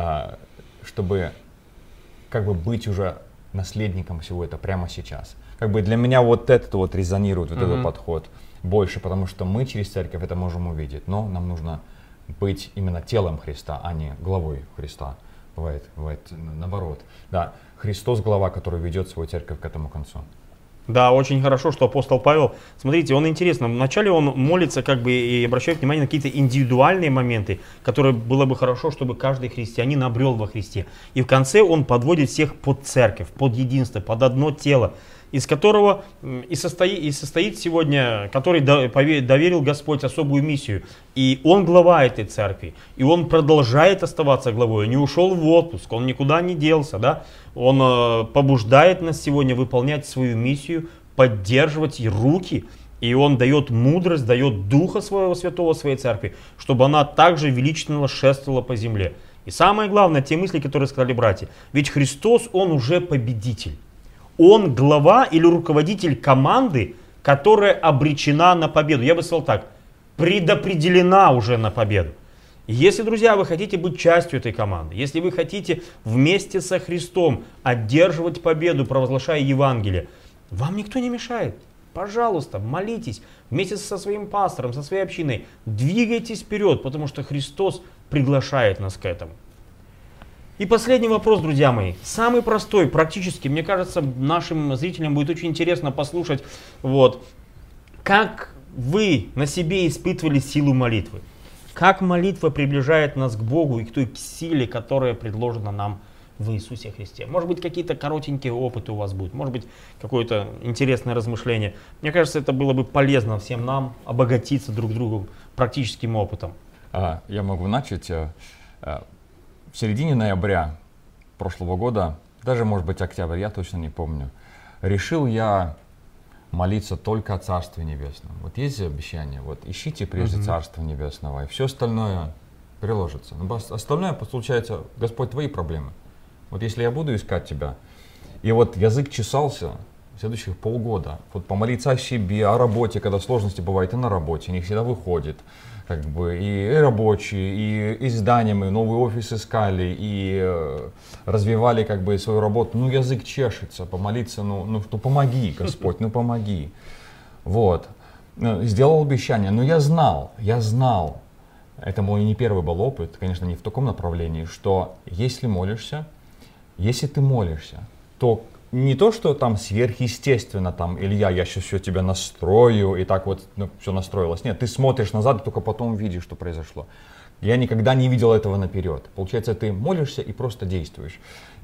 [SPEAKER 3] чтобы как бы быть уже наследником всего этого прямо сейчас. Как бы для меня вот этот вот резонирует, вот mm-hmm. этот подход больше, потому что мы через церковь это можем увидеть, но нам нужно быть именно телом Христа, а не главой Христа. Бывает, бывает наоборот. Да, Христос глава, который ведет свою церковь к этому концу.
[SPEAKER 1] Да, очень хорошо, что апостол Павел, смотрите, он интересно, вначале он молится как бы и обращает внимание на какие-то индивидуальные моменты, которые было бы хорошо, чтобы каждый христианин обрел во Христе. И в конце он подводит всех под церковь, под единство, под одно тело, из которого и состоит, и состоит сегодня, который доверил Господь особую миссию. И он глава этой церкви, и он продолжает оставаться главой, не ушел в отпуск, он никуда не делся, да? Он э, побуждает нас сегодня выполнять свою миссию, поддерживать руки, и он дает мудрость, дает Духа Своего Святого своей церкви, чтобы она также величественно шествовала по земле. И самое главное, те мысли, которые сказали братья, ведь Христос, Он уже победитель. Он глава или руководитель команды, которая обречена на победу. Я бы сказал так, предопределена уже на победу. Если, друзья, вы хотите быть частью этой команды, если вы хотите вместе со Христом одерживать победу, провозглашая Евангелие, вам никто не мешает. Пожалуйста, молитесь вместе со своим пастором, со своей общиной. Двигайтесь вперед, потому что Христос приглашает нас к этому. И последний вопрос, друзья мои. Самый простой, практически, мне кажется, нашим зрителям будет очень интересно послушать. Вот. Как вы на себе испытывали силу молитвы? Как молитва приближает нас к Богу и к той силе, которая предложена нам в Иисусе Христе? Может быть, какие-то коротенькие опыты у вас будут, может быть, какое-то интересное размышление. Мне кажется, это было бы полезно всем нам обогатиться друг другом практическим опытом.
[SPEAKER 3] А, я могу начать. В середине ноября прошлого года, даже может быть октябрь, я точно не помню, решил я молиться только о Царстве Небесном. Вот есть обещание, вот ищите прежде mm-hmm. Царства Небесного, и все остальное приложится. Но остальное, получается, Господь, твои проблемы. Вот если я буду искать тебя, и вот язык чесался следующих полгода, вот помолиться о себе, о работе, когда сложности бывают и на работе, не всегда выходит. Как бы и, и рабочие, и, и здания мы новый офис искали, и э, развивали как бы свою работу. Ну, язык чешется, помолиться, ну, ну, ну помоги, Господь, ну помоги. Вот. Сделал обещание, но я знал, я знал, это мой не первый был опыт, конечно, не в таком направлении, что если молишься, если ты молишься, то не то, что там сверхъестественно, там, Илья, я сейчас все тебя настрою, и так вот ну, все настроилось. Нет, ты смотришь назад, и только потом видишь, что произошло. Я никогда не видел этого наперед. Получается, ты молишься и просто действуешь.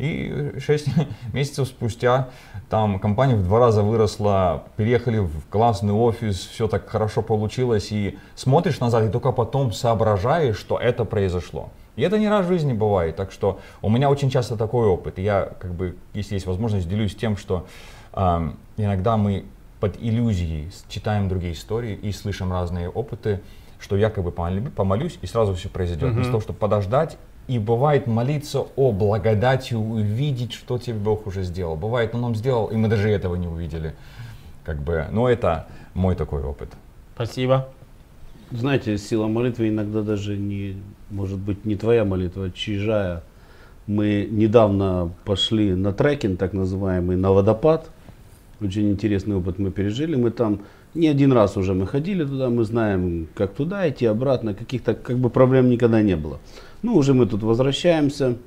[SPEAKER 3] И шесть месяцев спустя там компания в два раза выросла, переехали в классный офис, все так хорошо получилось, и смотришь назад, и только потом соображаешь, что это произошло. И это не раз в жизни бывает, так что у меня очень часто такой опыт. И я, как бы, если есть возможность, делюсь тем, что э, иногда мы под иллюзией читаем другие истории и слышим разные опыты, что я как бы помолюсь, и сразу все произойдет. Mm-hmm. Вместо того, чтобы подождать, и бывает молиться о благодати, увидеть, что тебе Бог уже сделал. Бывает, он нам сделал, и мы даже этого не увидели. Как бы, но это мой такой опыт.
[SPEAKER 1] Спасибо.
[SPEAKER 2] Знаете, сила молитвы иногда даже не, может быть, не твоя молитва, а чужая. Мы недавно пошли на трекинг, так называемый, на водопад. Очень интересный опыт мы пережили. Мы там не один раз уже мы ходили туда, мы знаем, как туда идти, обратно. Каких-то как бы проблем никогда не было. Ну, уже мы тут возвращаемся.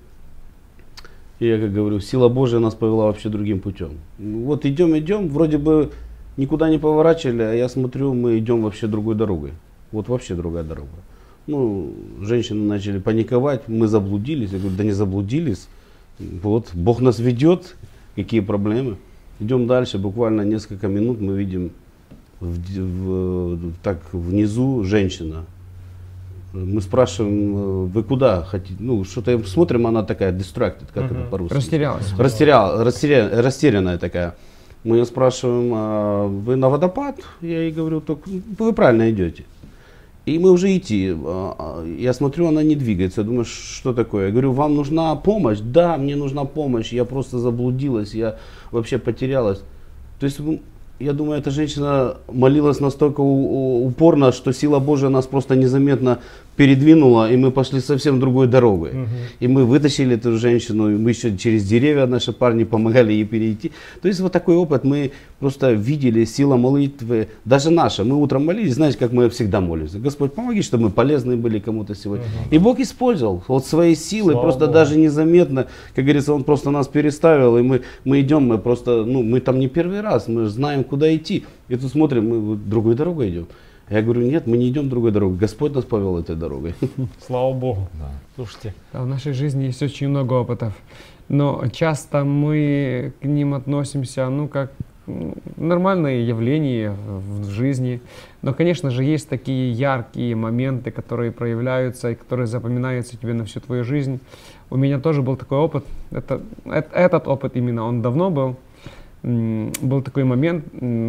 [SPEAKER 2] И я, как говорю, сила Божия нас повела вообще другим путем. Вот идем, идем, вроде бы никуда не поворачивали, а я смотрю, мы идем вообще другой дорогой. Вот вообще другая дорога. Ну, женщины начали паниковать, мы заблудились. Я говорю, да не заблудились. Вот, Бог нас ведет, какие проблемы. Идем дальше, буквально несколько минут мы видим в, в, так внизу женщина. Мы спрашиваем, вы куда хотите? Ну, что-то смотрим, она такая distracted, как uh-huh. это по-русски?
[SPEAKER 4] Растерялась.
[SPEAKER 2] Растерял, растеря, растерянная такая. Мы ее спрашиваем, а вы на водопад? Я ей говорю, только вы правильно идете. И мы уже идти. Я смотрю, она не двигается. Я думаю, что такое? Я говорю, вам нужна помощь? Да, мне нужна помощь. Я просто заблудилась, я вообще потерялась. То есть, я думаю, эта женщина молилась настолько упорно, что сила Божия нас просто незаметно передвинуло, и мы пошли совсем другой дорогой. Угу. И мы вытащили эту женщину, и мы еще через деревья, наши парни помогали ей перейти. То есть вот такой опыт, мы просто видели, сила молитвы, даже наша. Мы утром молились, знаете, как мы всегда молимся. Господь, помоги, чтобы мы полезны были кому-то сегодня. Угу. И Бог использовал вот свои силы, Слава просто Богу. Даже незаметно, как говорится, Он просто нас переставил, и мы, мы идем, мы просто, ну, мы там не первый раз, мы знаем, куда идти. И тут смотрим, мы вот другой дорогой идем. Я говорю, нет, мы не идем другой дорогой. Господь нас повел этой дорогой.
[SPEAKER 1] Слава Богу. Да. Слушайте.
[SPEAKER 4] Да, в нашей жизни есть очень много опытов, но часто мы к ним относимся, ну, как нормальное явление в жизни. Но, конечно же, есть такие яркие моменты, которые проявляются и которые запоминаются тебе на всю твою жизнь. У меня тоже был такой опыт. Это, этот опыт именно, он давно был. Был такой момент,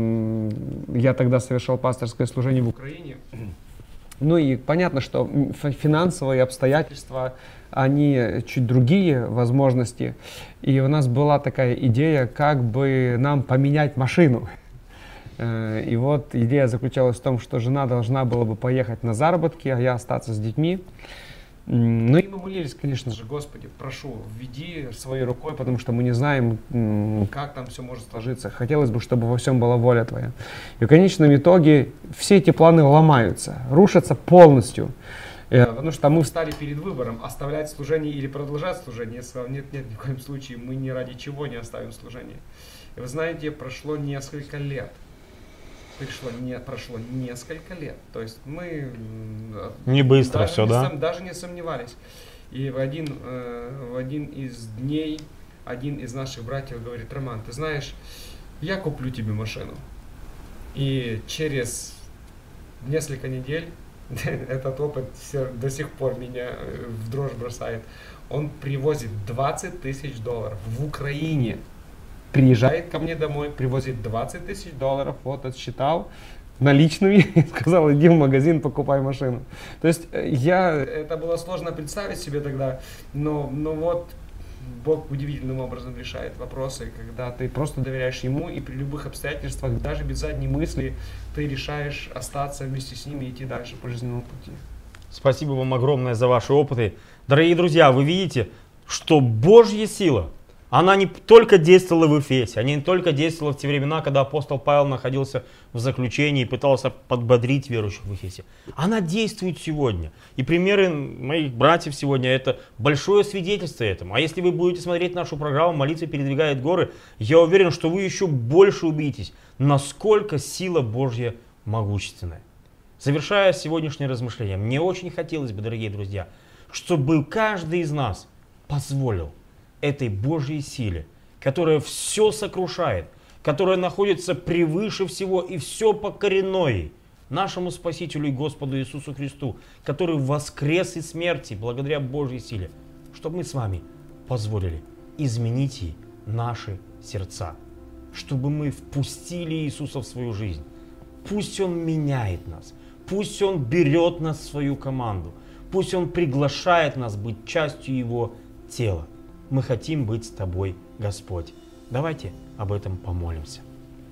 [SPEAKER 4] я тогда совершал пасторское служение в Украине. Ну и понятно, что финансовые обстоятельства, они чуть другие возможности. И у нас была такая идея, как бы нам поменять машину. И вот идея заключалась в том, что жена должна была бы поехать на заработки, а я остаться с детьми. Ну и мы молились, конечно же, Господи, прошу, введи своей рукой, потому что мы не знаем, как там все может сложиться. Хотелось бы, чтобы во всем была воля Твоя. И в конечном итоге все эти планы ломаются, рушатся полностью. Потому что мы встали перед выбором, оставлять служение или продолжать служение. Я сказал, нет, нет, ни в коем случае, мы ни ради чего не оставим служение. И вы знаете, прошло несколько лет. Пришло, не, прошло несколько лет. То есть мы
[SPEAKER 1] не быстро
[SPEAKER 4] даже
[SPEAKER 1] все,
[SPEAKER 4] не
[SPEAKER 1] да?
[SPEAKER 4] Сом, даже не сомневались. И в один, э, в один из дней один из наших братьев говорит: Роман, ты знаешь, я куплю тебе машину. И через несколько недель, этот опыт все, до сих пор меня в дрожь бросает, он привозит двадцать тысяч долларов в Украине. Приезжает ко мне домой, привозит двадцать тысяч долларов, вот отсчитал наличными и сказал, иди в магазин, покупай машину. То есть я, это было сложно представить себе тогда, но, но вот Бог удивительным образом решает вопросы, когда ты просто доверяешь Ему, и при любых обстоятельствах, даже без задней мысли, ты решаешь остаться вместе с ними и идти дальше по жизненному пути.
[SPEAKER 1] Спасибо вам огромное за ваши опыты. Дорогие друзья, вы видите, что Божья сила, она не только действовала в Эфесе, она не только действовала в те времена, когда апостол Павел находился в заключении и пытался подбодрить верующих в Эфесе. Она действует сегодня. И примеры моих братьев сегодня — это большое свидетельство этому. А если вы будете смотреть нашу программу «Молитва передвигает горы», я уверен, что вы еще больше убедитесь, насколько сила Божья могущественная. Завершая сегодняшнее размышление, мне очень хотелось бы, дорогие друзья, чтобы каждый из нас позволил этой Божьей силе, которая все сокрушает, которая находится превыше всего и все покорено ей, нашему Спасителю и Господу Иисусу Христу, который воскрес из смерти благодаря Божьей силе, чтобы мы с вами позволили изменить ей наши сердца, чтобы мы впустили Иисуса в свою жизнь. Пусть Он меняет нас, пусть Он берет нас в свою команду, пусть Он приглашает нас быть частью Его тела. Мы хотим быть с Тобой, Господь. Давайте об этом помолимся.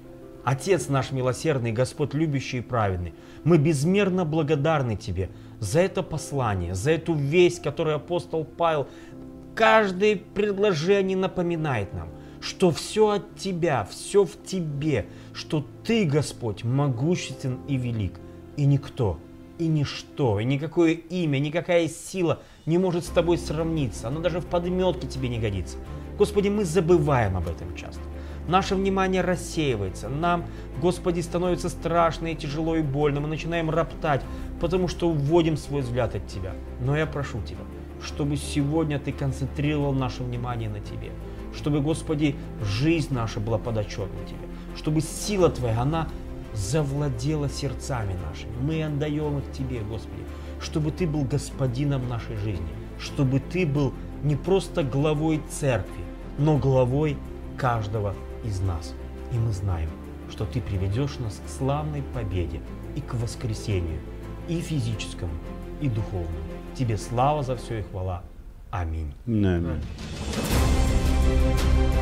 [SPEAKER 1] Отец наш милосердный, Господь любящий и праведный, мы безмерно благодарны Тебе за это послание, за эту весть, которую апостол Павел каждое предложение напоминает нам, что все от Тебя, все в Тебе, что Ты, Господь, могуществен и велик, и никто, и ничто, и никакое имя, никакая сила не может с Тобой сравниться. Оно даже в подметке Тебе не годится. Господи, мы забываем об этом часто. Наше внимание рассеивается. Нам, Господи, становится страшно и тяжело и больно. Мы начинаем роптать, потому что уводим свой взгляд от Тебя. Но я прошу Тебя, чтобы сегодня Ты концентрировал наше внимание на Тебе. Чтобы, Господи, жизнь наша была подотчетна Тебе. Чтобы сила Твоя, она завладела сердцами нашими. Мы отдаем их Тебе, Господи. Чтобы Ты был господином нашей жизни, чтобы Ты был не просто главой церкви, но главой каждого из нас. И мы знаем, что Ты приведешь нас к славной победе и к воскресению, и физическому, и духовному. Тебе слава за все и хвала. Аминь.
[SPEAKER 2] Аминь.